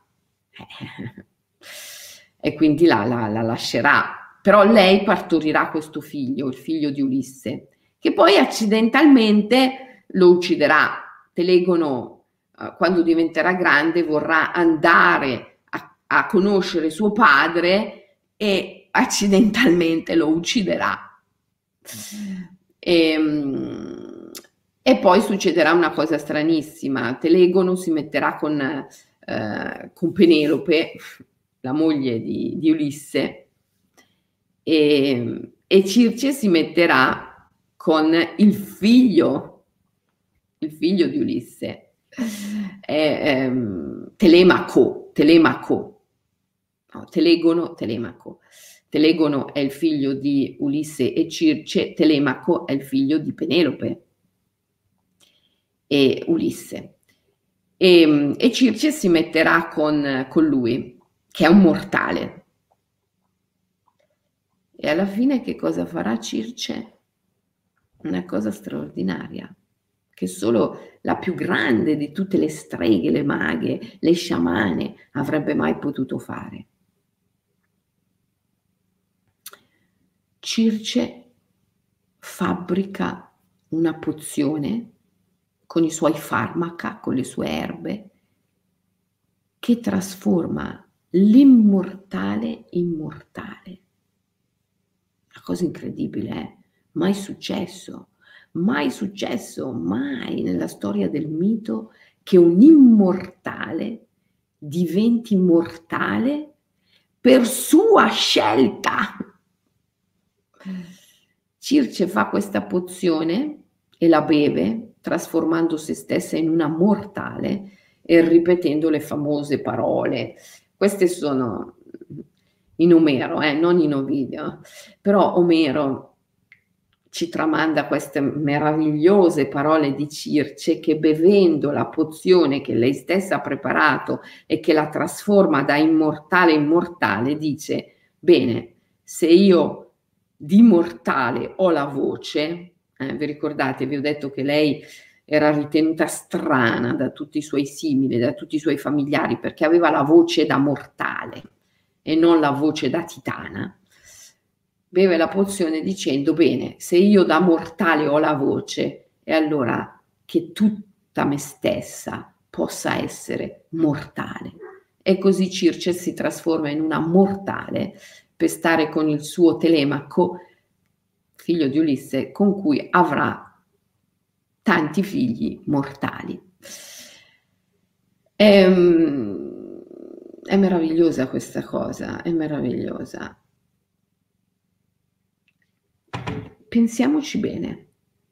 e quindi la, la, la lascerà, però lei partorirà questo figlio, il figlio di Ulisse, che poi accidentalmente lo ucciderà. Telegono, eh, quando diventerà grande, vorrà andare a conoscere suo padre e accidentalmente lo ucciderà. E, e poi succederà una cosa stranissima. Telegono si metterà con, eh, con Penelope, la moglie di, di Ulisse, e, e Circe si metterà con il figlio, il figlio di Ulisse, eh, ehm, Telemaco, Telemaco. no, Telegono, Telemaco. Telegono è il figlio di Ulisse e Circe, Telemaco è il figlio di Penelope e Ulisse. E, e Circe si metterà con, con lui, che è un mortale. E alla fine che cosa farà Circe? Una cosa straordinaria, che solo la più grande di tutte le streghe, le maghe, le sciamane avrebbe mai potuto fare. Circe fabbrica una pozione con i suoi farmaca, con le sue erbe, che trasforma l'immortale in mortale. Una cosa incredibile, eh? Mai successo, mai successo, mai nella storia del mito che un immortale diventi mortale per sua scelta. Circe fa questa pozione e la beve, trasformando se stessa in una mortale e ripetendo le famose parole. Queste sono in Omero, eh, non in Ovidio, però Omero ci tramanda queste meravigliose parole di Circe che, bevendo la pozione che lei stessa ha preparato e che la trasforma da immortale in mortale, dice: bene, se io di mortale ho la voce, eh, vi ricordate, vi ho detto che lei era ritenuta strana da tutti i suoi simili, da tutti i suoi familiari, perché aveva la voce da mortale e non la voce da titana. Beve la pozione dicendo: bene, se io da mortale ho la voce, è allora che tutta me stessa possa essere mortale. E così Circe si trasforma in una mortale per stare con il suo Telemaco, figlio di Ulisse, con cui avrà tanti figli mortali. È, è meravigliosa questa cosa, è meravigliosa. Pensiamoci bene.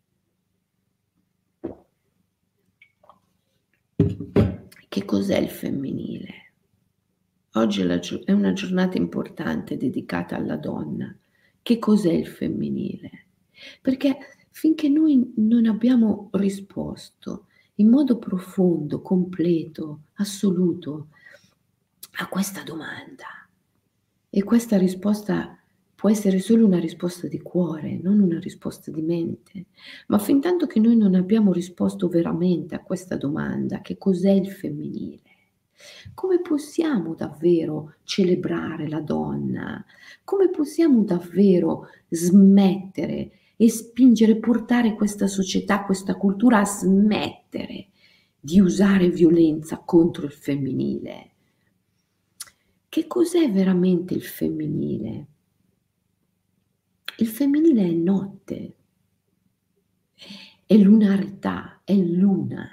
Che cos'è il femminile? Oggi è una giornata importante dedicata alla donna. Che cos'è il femminile? Perché finché noi non abbiamo risposto in modo profondo, completo, assoluto a questa domanda, e questa risposta può essere solo una risposta di cuore, non una risposta di mente, ma fin tanto che noi non abbiamo risposto veramente a questa domanda, che cos'è il femminile? Come possiamo davvero celebrare la donna? Come possiamo davvero smettere e spingere, portare questa società, questa cultura a smettere di usare violenza contro il femminile? Che cos'è veramente il femminile? Il femminile è notte, è lunarità, è luna.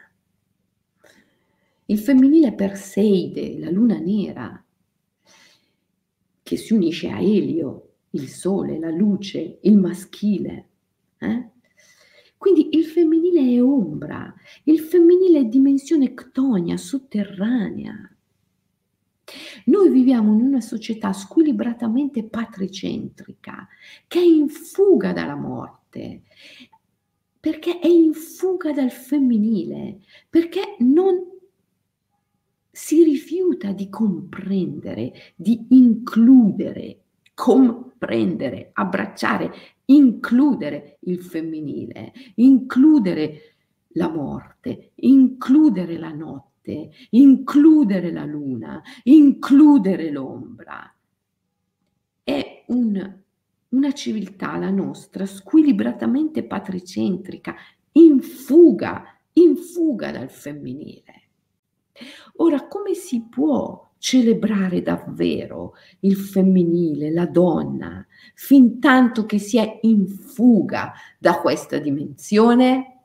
Il femminile è Perseide, la luna nera, che si unisce a Elio, il sole, la luce, il maschile. Eh? Quindi il femminile è ombra, il femminile è dimensione ctonia, sotterranea. Noi viviamo in una società squilibratamente patricentrica, che è in fuga dalla morte, perché è in fuga dal femminile, perché non si rifiuta di comprendere, di includere, comprendere, abbracciare, includere il femminile, includere la morte, includere la notte, includere la luna, includere l'ombra. È un, una civiltà, la nostra, squilibratamente patricentrica, in fuga, in fuga dal femminile. Ora, come si può celebrare davvero il femminile, la donna, fin tanto che si è in fuga da questa dimensione?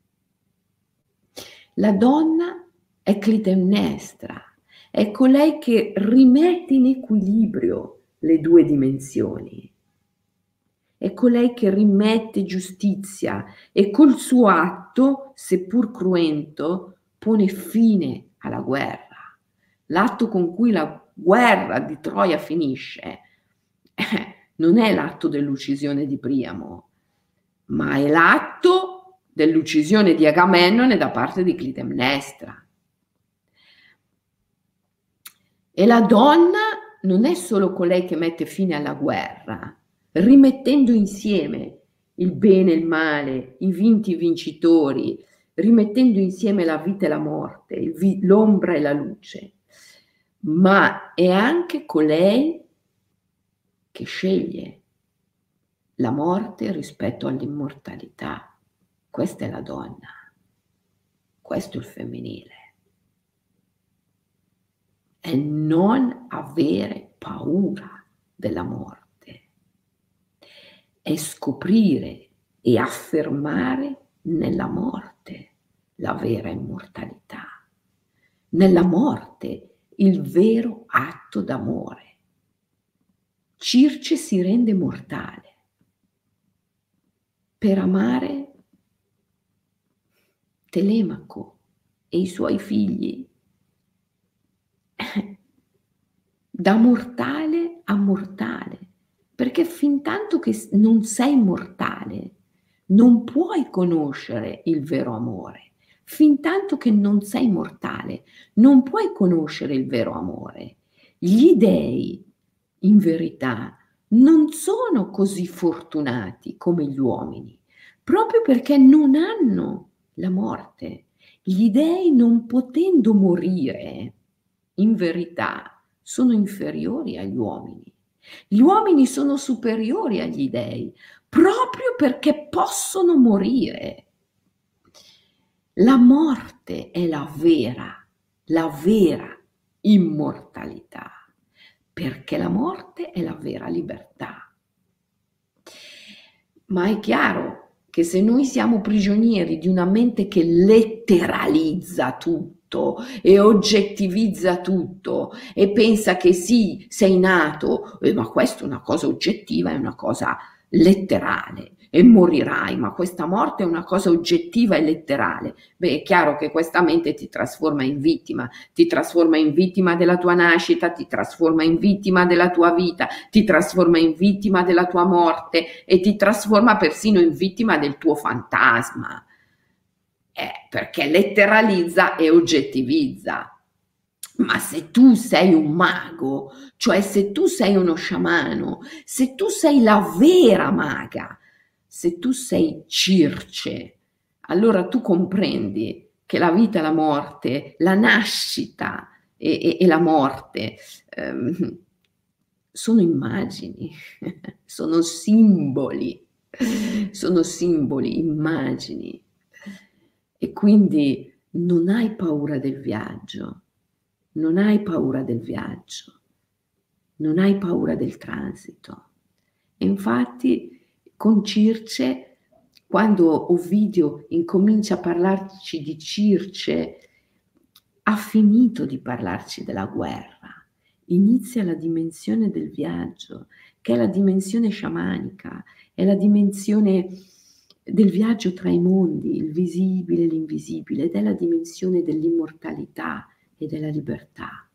La donna è Clitemnestra, è colei che rimette in equilibrio le due dimensioni, è colei che rimette giustizia e col suo atto, seppur cruento, pone fine alla guerra. L'atto con cui la guerra di Troia finisce, eh, non è l'atto dell'uccisione di Priamo, ma è l'atto dell'uccisione di Agamennone da parte di Clitemnestra. E la donna non è solo colei che mette fine alla guerra, rimettendo insieme il bene e il male, i vinti e i vincitori, rimettendo insieme la vita e la morte, il vi- l'ombra e la luce, ma è anche colei che sceglie la morte rispetto all'immortalità. Questa è la donna, questo è il femminile. È non avere paura della morte, è scoprire e affermare nella morte la vera immortalità, nella morte il vero atto d'amore. Circe si rende mortale per amare Telemaco e i suoi figli, da mortale a mortale, perché fin tanto che non sei mortale non puoi conoscere il vero amore. Fin tanto che non sei mortale non puoi conoscere il vero amore. Gli dei, in verità, non sono così fortunati come gli uomini, proprio perché non hanno la morte. Gli dei, non potendo morire, in verità, sono inferiori agli uomini. Gli uomini sono superiori agli dei, proprio perché possono morire. La morte è la vera, la vera immortalità, perché la morte è la vera libertà. Ma è chiaro che se noi siamo prigionieri di una mente che letteralizza tutto e oggettivizza tutto e pensa che sì, sei nato, eh, ma questa è una cosa oggettiva, è una cosa letterale, e morirai, ma questa morte è una cosa oggettiva e letterale. Beh, è chiaro che questa mente ti trasforma in vittima, ti trasforma in vittima della tua nascita, ti trasforma in vittima della tua vita, ti trasforma in vittima della tua morte e ti trasforma persino in vittima del tuo fantasma, eh, perché letteralizza e oggettivizza. Ma se tu sei un mago, cioè se tu sei uno sciamano, se tu sei la vera maga, se tu sei Circe, allora tu comprendi che la vita e la morte, la nascita e, e, e la morte ehm, sono immagini, sono simboli, sono simboli, immagini. E quindi non hai paura del viaggio. Non hai paura del viaggio, non hai paura del transito. E infatti con Circe, quando Ovidio incomincia a parlarci di Circe, ha finito di parlarci della guerra. Inizia la dimensione del viaggio, che è la dimensione sciamanica, è la dimensione del viaggio tra i mondi, il visibile e l'invisibile, ed è la dimensione dell'immortalità e della libertà.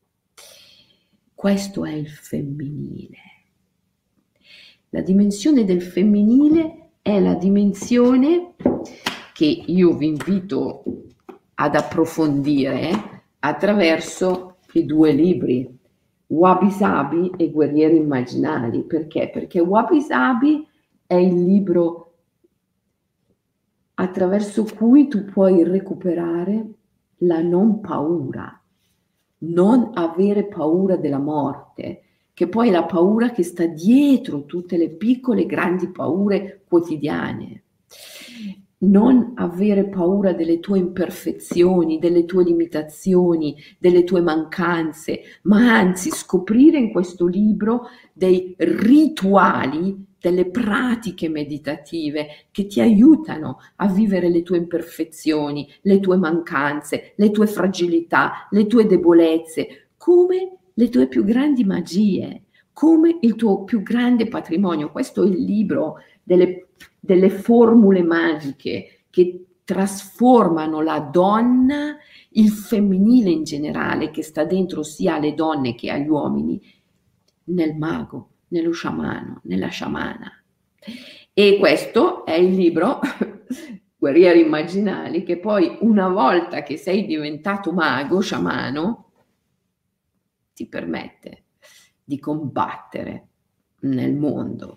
Questo è il femminile. La dimensione del femminile è la dimensione che io vi invito ad approfondire attraverso i due libri, Wabi Sabi e Guerrieri Immaginali. Perché? Perché Wabi Sabi è il libro attraverso cui tu puoi recuperare la non paura, non avere paura della morte, che poi è la paura che sta dietro tutte le piccole e grandi paure quotidiane. Non avere paura delle tue imperfezioni, delle tue limitazioni, delle tue mancanze, ma anzi scoprire in questo libro dei rituali, delle pratiche meditative che ti aiutano a vivere le tue imperfezioni, le tue mancanze, le tue fragilità, le tue debolezze, come le tue più grandi magie, come il tuo più grande patrimonio. Questo è il libro delle, delle formule magiche che trasformano la donna il femminile in generale che sta dentro sia alle donne che agli uomini, nel mago, nello sciamano, nella sciamana. E questo è il libro Guerrieri Immaginali, che poi una volta che sei diventato mago, sciamano, ti permette di combattere nel mondo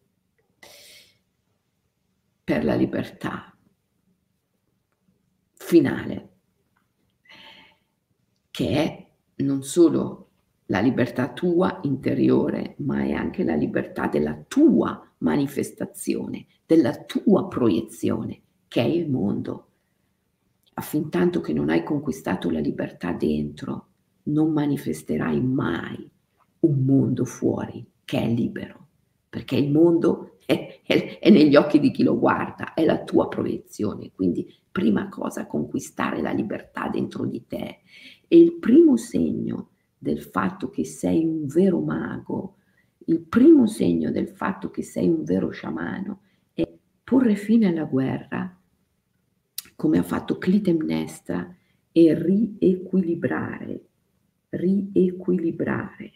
per la libertà finale, che è non solo la libertà tua interiore, ma è anche la libertà della tua manifestazione, della tua proiezione, che è il mondo. Affintanto che non hai conquistato la libertà dentro, non manifesterai mai un mondo fuori che è libero, perché il mondo è, è, è negli occhi di chi lo guarda, è la tua proiezione. Quindi prima cosa, conquistare la libertà dentro di te. E il primo segno del fatto che sei un vero mago, il primo segno del fatto che sei un vero sciamano è porre fine alla guerra, come ha fatto Clitemnestra, e riequilibrare, riequilibrare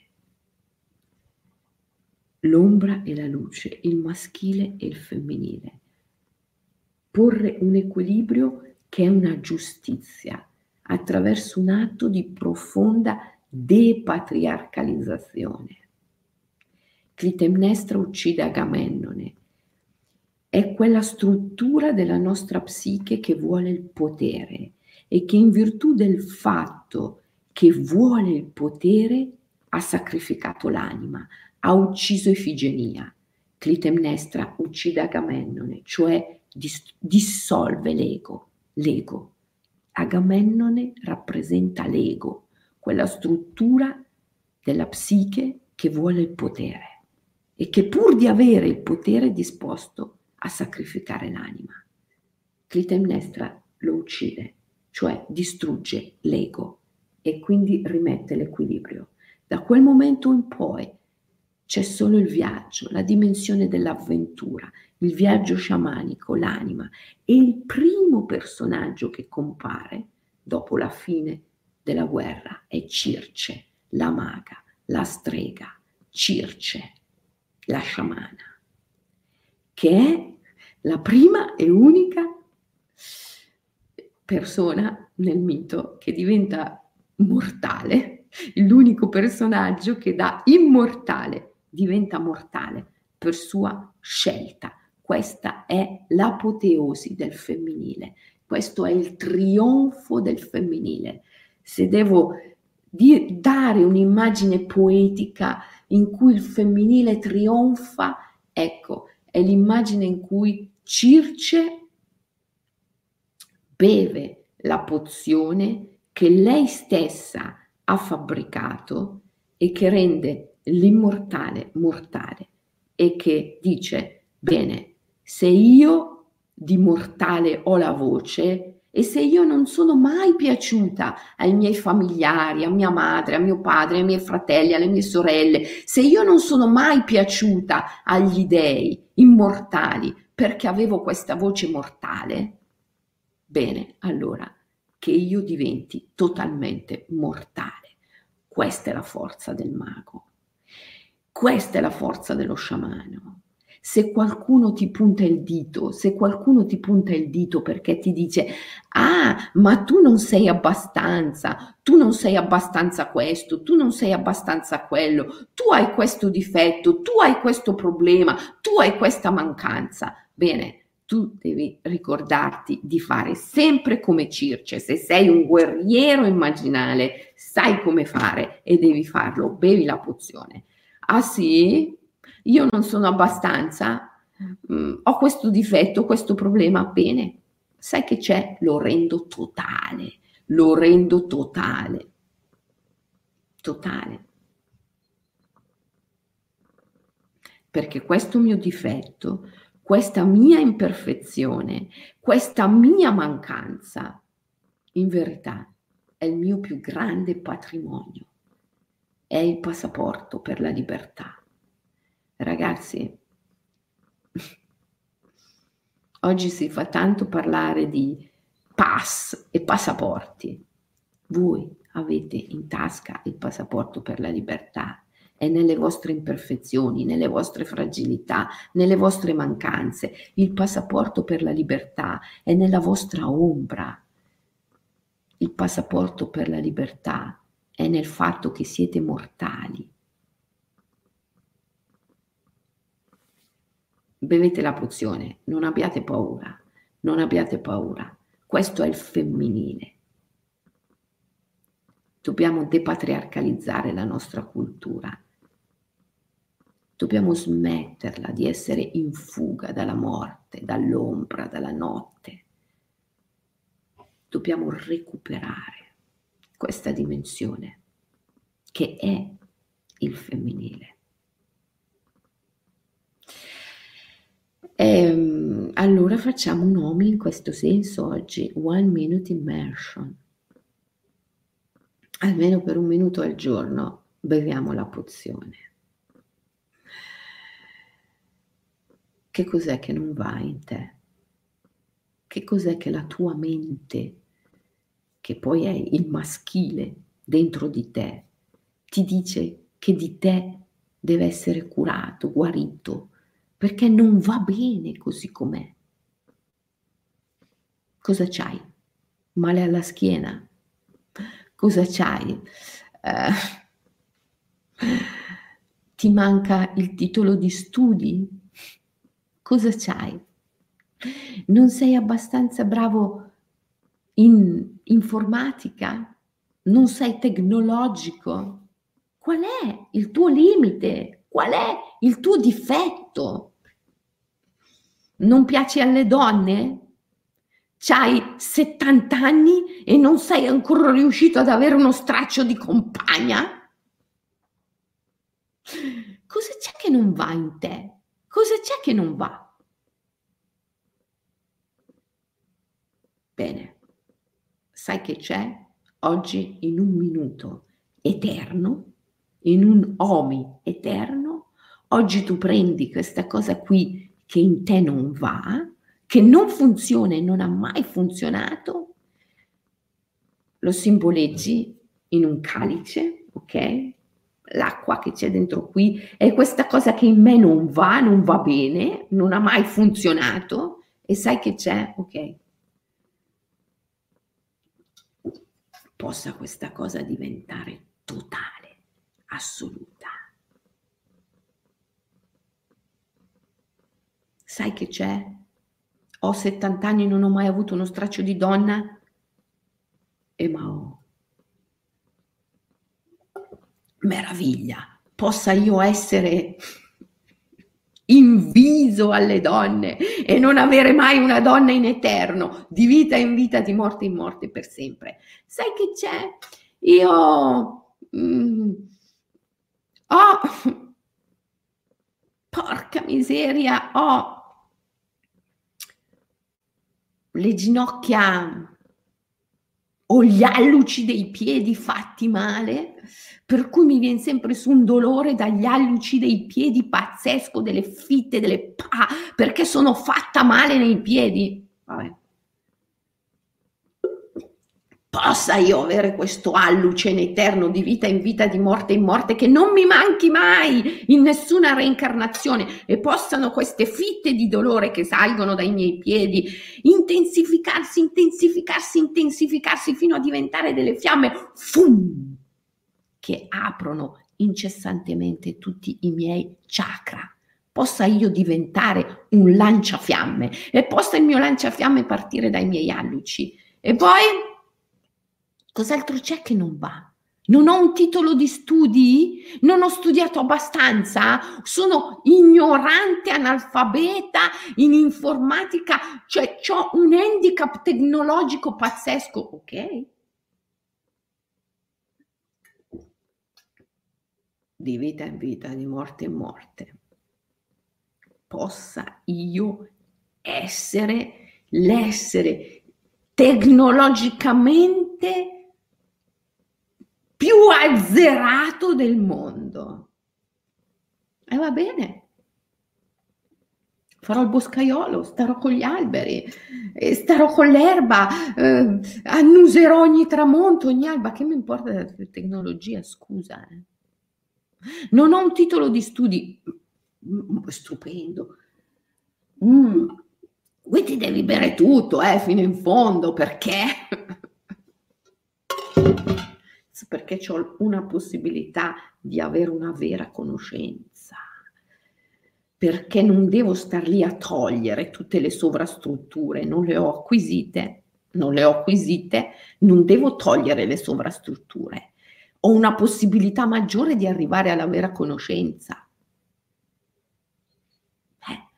l'ombra e la luce, il maschile e il femminile. Porre un equilibrio che è una giustizia attraverso un atto di profonda depatriarcalizzazione. Clitemnestra uccide Agamennone. È quella struttura della nostra psiche che vuole il potere e che in virtù del fatto che vuole il potere ha sacrificato l'anima, ha ucciso Ifigenia. Clitemnestra uccide Agamennone, cioè dis- dissolve l'ego, l'ego. Agamennone rappresenta l'ego, quella struttura della psiche che vuole il potere e che pur di avere il potere è disposto a sacrificare l'anima. Clitemnestra lo uccide, cioè distrugge l'ego e quindi rimette l'equilibrio. Da quel momento in poi c'è solo il viaggio, la dimensione dell'avventura, il viaggio sciamanico, l'anima. E il primo personaggio che compare dopo la fine della guerra è Circe, la maga, la strega, Circe, la sciamana, che è la prima e unica persona nel mito che diventa mortale, l'unico personaggio che da immortale diventa mortale per sua scelta. Questa è l'apoteosi del femminile, questo è il trionfo del femminile. Se devo di- dare un'immagine poetica in cui il femminile trionfa, ecco, è l'immagine in cui Circe beve la pozione che lei stessa ha fabbricato e che rende l'immortale mortale e che dice, bene, se io di mortale ho la voce e se io non sono mai piaciuta ai miei familiari, a mia madre, a mio padre, ai miei fratelli, alle mie sorelle, se io non sono mai piaciuta agli dei immortali perché avevo questa voce mortale, bene, allora che io diventi totalmente mortale. Questa è la forza del mago. Questa è la forza dello sciamano. Se qualcuno ti punta il dito, se qualcuno ti punta il dito perché ti dice ah, ma tu non sei abbastanza, tu non sei abbastanza questo, tu non sei abbastanza quello, tu hai questo difetto, tu hai questo problema, tu hai questa mancanza. Bene, tu devi ricordarti di fare sempre come Circe. Se sei un guerriero immaginale, sai come fare e devi farlo. Bevi la pozione. Ah sì? Io non sono abbastanza? Mm, ho questo difetto, questo problema. Bene, sai che c'è? Lo rendo totale. Lo rendo totale. Totale. Perché questo mio difetto, questa mia imperfezione, questa mia mancanza, in verità è il mio più grande patrimonio, è il passaporto per la libertà. Ragazzi, oggi si fa tanto parlare di pass e passaporti. Voi avete in tasca il passaporto per la libertà. È nelle vostre imperfezioni, nelle vostre fragilità, nelle vostre mancanze. Il passaporto per la libertà è nella vostra ombra. Il passaporto per la libertà è nel fatto che siete mortali. Bevete la pozione, non abbiate paura, non abbiate paura. Questo è il femminile. Dobbiamo depatriarcalizzare la nostra cultura. Dobbiamo smetterla di essere in fuga dalla morte, dall'ombra, dalla notte. Dobbiamo recuperare questa dimensione che è il femminile. E, allora facciamo un nomi in questo senso oggi, one minute immersion. Almeno per un minuto al giorno beviamo la pozione. Che cos'è che non va in te? Che cos'è che la tua mente, che poi è il maschile dentro di te, ti dice che di te deve essere curato, guarito, perché non va bene così com'è? Cosa c'hai? Male alla schiena? Cosa c'hai? Eh, ti manca il titolo di studi? Cosa c'hai? Non sei abbastanza bravo in informatica? Non sei tecnologico? Qual è il tuo limite? Qual è il tuo difetto? Non piaci alle donne? C'hai settanta anni e non sei ancora riuscito ad avere uno straccio di compagna? Cosa c'è che non va in te? Cosa c'è che non va? Bene, sai che c'è? Oggi in un minuto eterno, in un omi eterno, oggi tu prendi questa cosa qui che in te non va, che non funziona e non ha mai funzionato, lo simboleggi in un calice, ok? L'acqua che c'è dentro qui è questa cosa che in me non va, non va bene, non ha mai funzionato e sai che c'è? Ok. Possa questa cosa diventare totale, assoluta. Sai che c'è? Ho settanta anni e non ho mai avuto uno straccio di donna? E ma ho. Meraviglia, possa io essere inviso alle donne e non avere mai una donna in eterno, di vita in vita, di morte in morte per sempre. Sai che c'è? Io mm, ho, porca miseria, ho le ginocchia o gli alluci dei piedi fatti male, per cui mi viene sempre su un dolore dagli alluci dei piedi pazzesco, delle fitte, delle pa, perché sono fatta male nei piedi. Vabbè. Possa io avere questo alluce in eterno, di vita in vita, di morte in morte, che non mi manchi mai in nessuna reincarnazione, e possano queste fitte di dolore che salgono dai miei piedi intensificarsi, intensificarsi, intensificarsi fino a diventare delle fiamme fum, che aprono incessantemente tutti i miei chakra. Possa io diventare un lanciafiamme e possa il mio lanciafiamme partire dai miei alluci. E poi cos'altro c'è che non va? Non ho un titolo di studi? Non ho studiato abbastanza? Sono ignorante, analfabeta in informatica, cioè ho un handicap tecnologico pazzesco, ok? Di vita in vita, di morte in morte. Possa io essere l'essere tecnologicamente più azzerato del mondo. E va bene. farò il boscaiolo, starò con gli alberi, eh, starò con l'erba, eh, annuserò ogni tramonto, ogni alba. Che mi importa della tecnologia, scusa. Eh. Non ho un titolo di studi mm, stupendo. Mm. Qui ti devi bere tutto, eh, fino in fondo, perché? Perché ho una possibilità di avere una vera conoscenza, perché non devo star lì a togliere tutte le sovrastrutture, non le ho acquisite, non le ho acquisite, non devo togliere le sovrastrutture, ho una possibilità maggiore di arrivare alla vera conoscenza. Eh.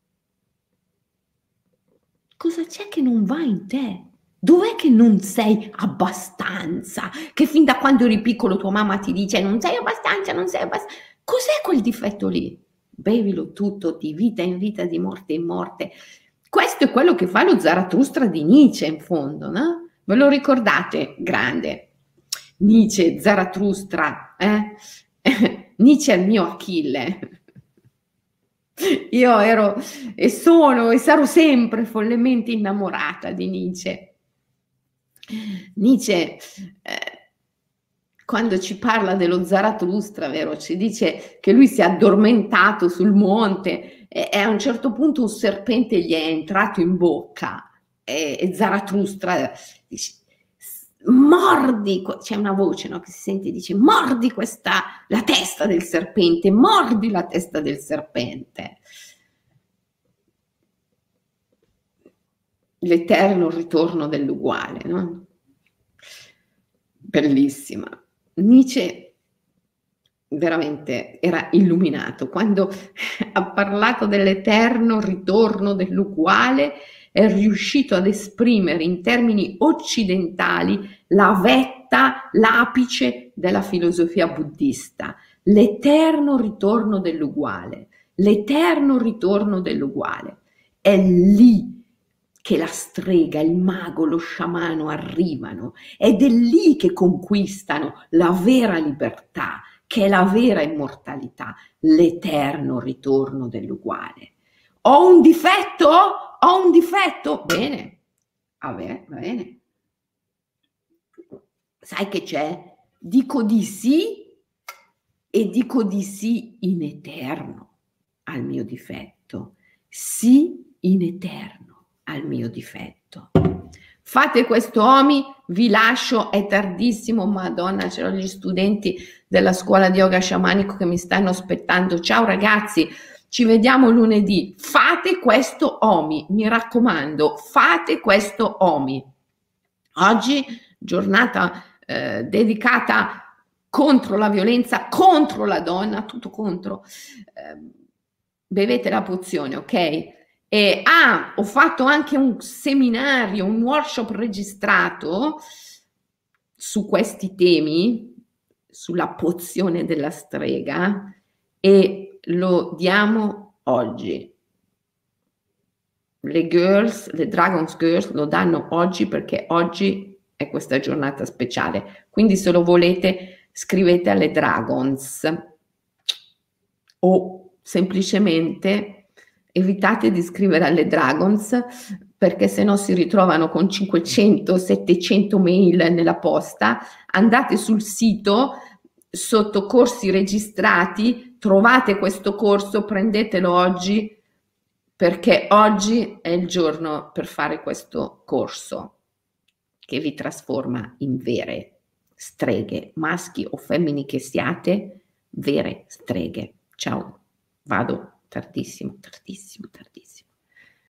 Cosa c'è che non va in te? Dov'è che non sei abbastanza? Che fin da quando eri piccolo tua mamma ti dice non sei abbastanza, non sei abbastanza. Cos'è quel difetto lì? Bevilo tutto, di vita in vita, di morte in morte. Questo è quello che fa lo Zarathustra di Nietzsche, in fondo, no? Ve lo ricordate? Grande. Nietzsche, Zarathustra, eh? Nietzsche è il mio Achille. Io ero e sono e sarò sempre follemente innamorata di Nietzsche. Nietzsche, eh, quando ci parla dello Zarathustra, vero, ci dice che lui si è addormentato sul monte e, e a un certo punto un serpente gli è entrato in bocca e, e Zarathustra dice mordi, c'è una voce, no, che si sente, dice mordi questa, la testa del serpente, mordi la testa del serpente. L'eterno ritorno dell'uguale, no? Bellissima. Nietzsche veramente era illuminato. Quando ha parlato dell'eterno ritorno dell'uguale, è riuscito ad esprimere in termini occidentali la vetta, l'apice della filosofia buddista. L'eterno ritorno dell'uguale, l'eterno ritorno dell'uguale. È lì che la strega, il mago, lo sciamano arrivano, ed è lì che conquistano la vera libertà, che è la vera immortalità, l'eterno ritorno dell'uguale. Ho un difetto? Ho un difetto? Bene, vabbè, va bene. Sai che c'è? Dico di sì e dico di sì in eterno al mio difetto, sì in eterno al mio difetto. Fate questo, Omi, vi lascio, è tardissimo, madonna, c'erano gli studenti della scuola di yoga sciamanico che mi stanno aspettando. Ciao ragazzi, ci vediamo lunedì. Fate questo, Omi, mi raccomando, fate questo, Omi. Oggi giornata eh, dedicata contro la violenza, contro la donna, tutto contro. Eh, bevete la pozione, ok? E, ah, ho fatto anche un seminario, un workshop registrato su questi temi, sulla pozione della strega, e lo diamo oggi. Le girls, le Dragons Girls lo danno oggi perché oggi è questa giornata speciale. Quindi se lo volete scrivete alle Dragons o semplicemente evitate di scrivere alle Dragons perché se no si ritrovano con cinquecento settecento mail nella posta. Andate sul sito sotto corsi registrati, trovate questo corso, prendetelo oggi perché oggi è il giorno per fare questo corso che vi trasforma in vere streghe, maschi o femmini che siate, vere streghe. Ciao, vado tardissimo, tardissimo, tardissimo.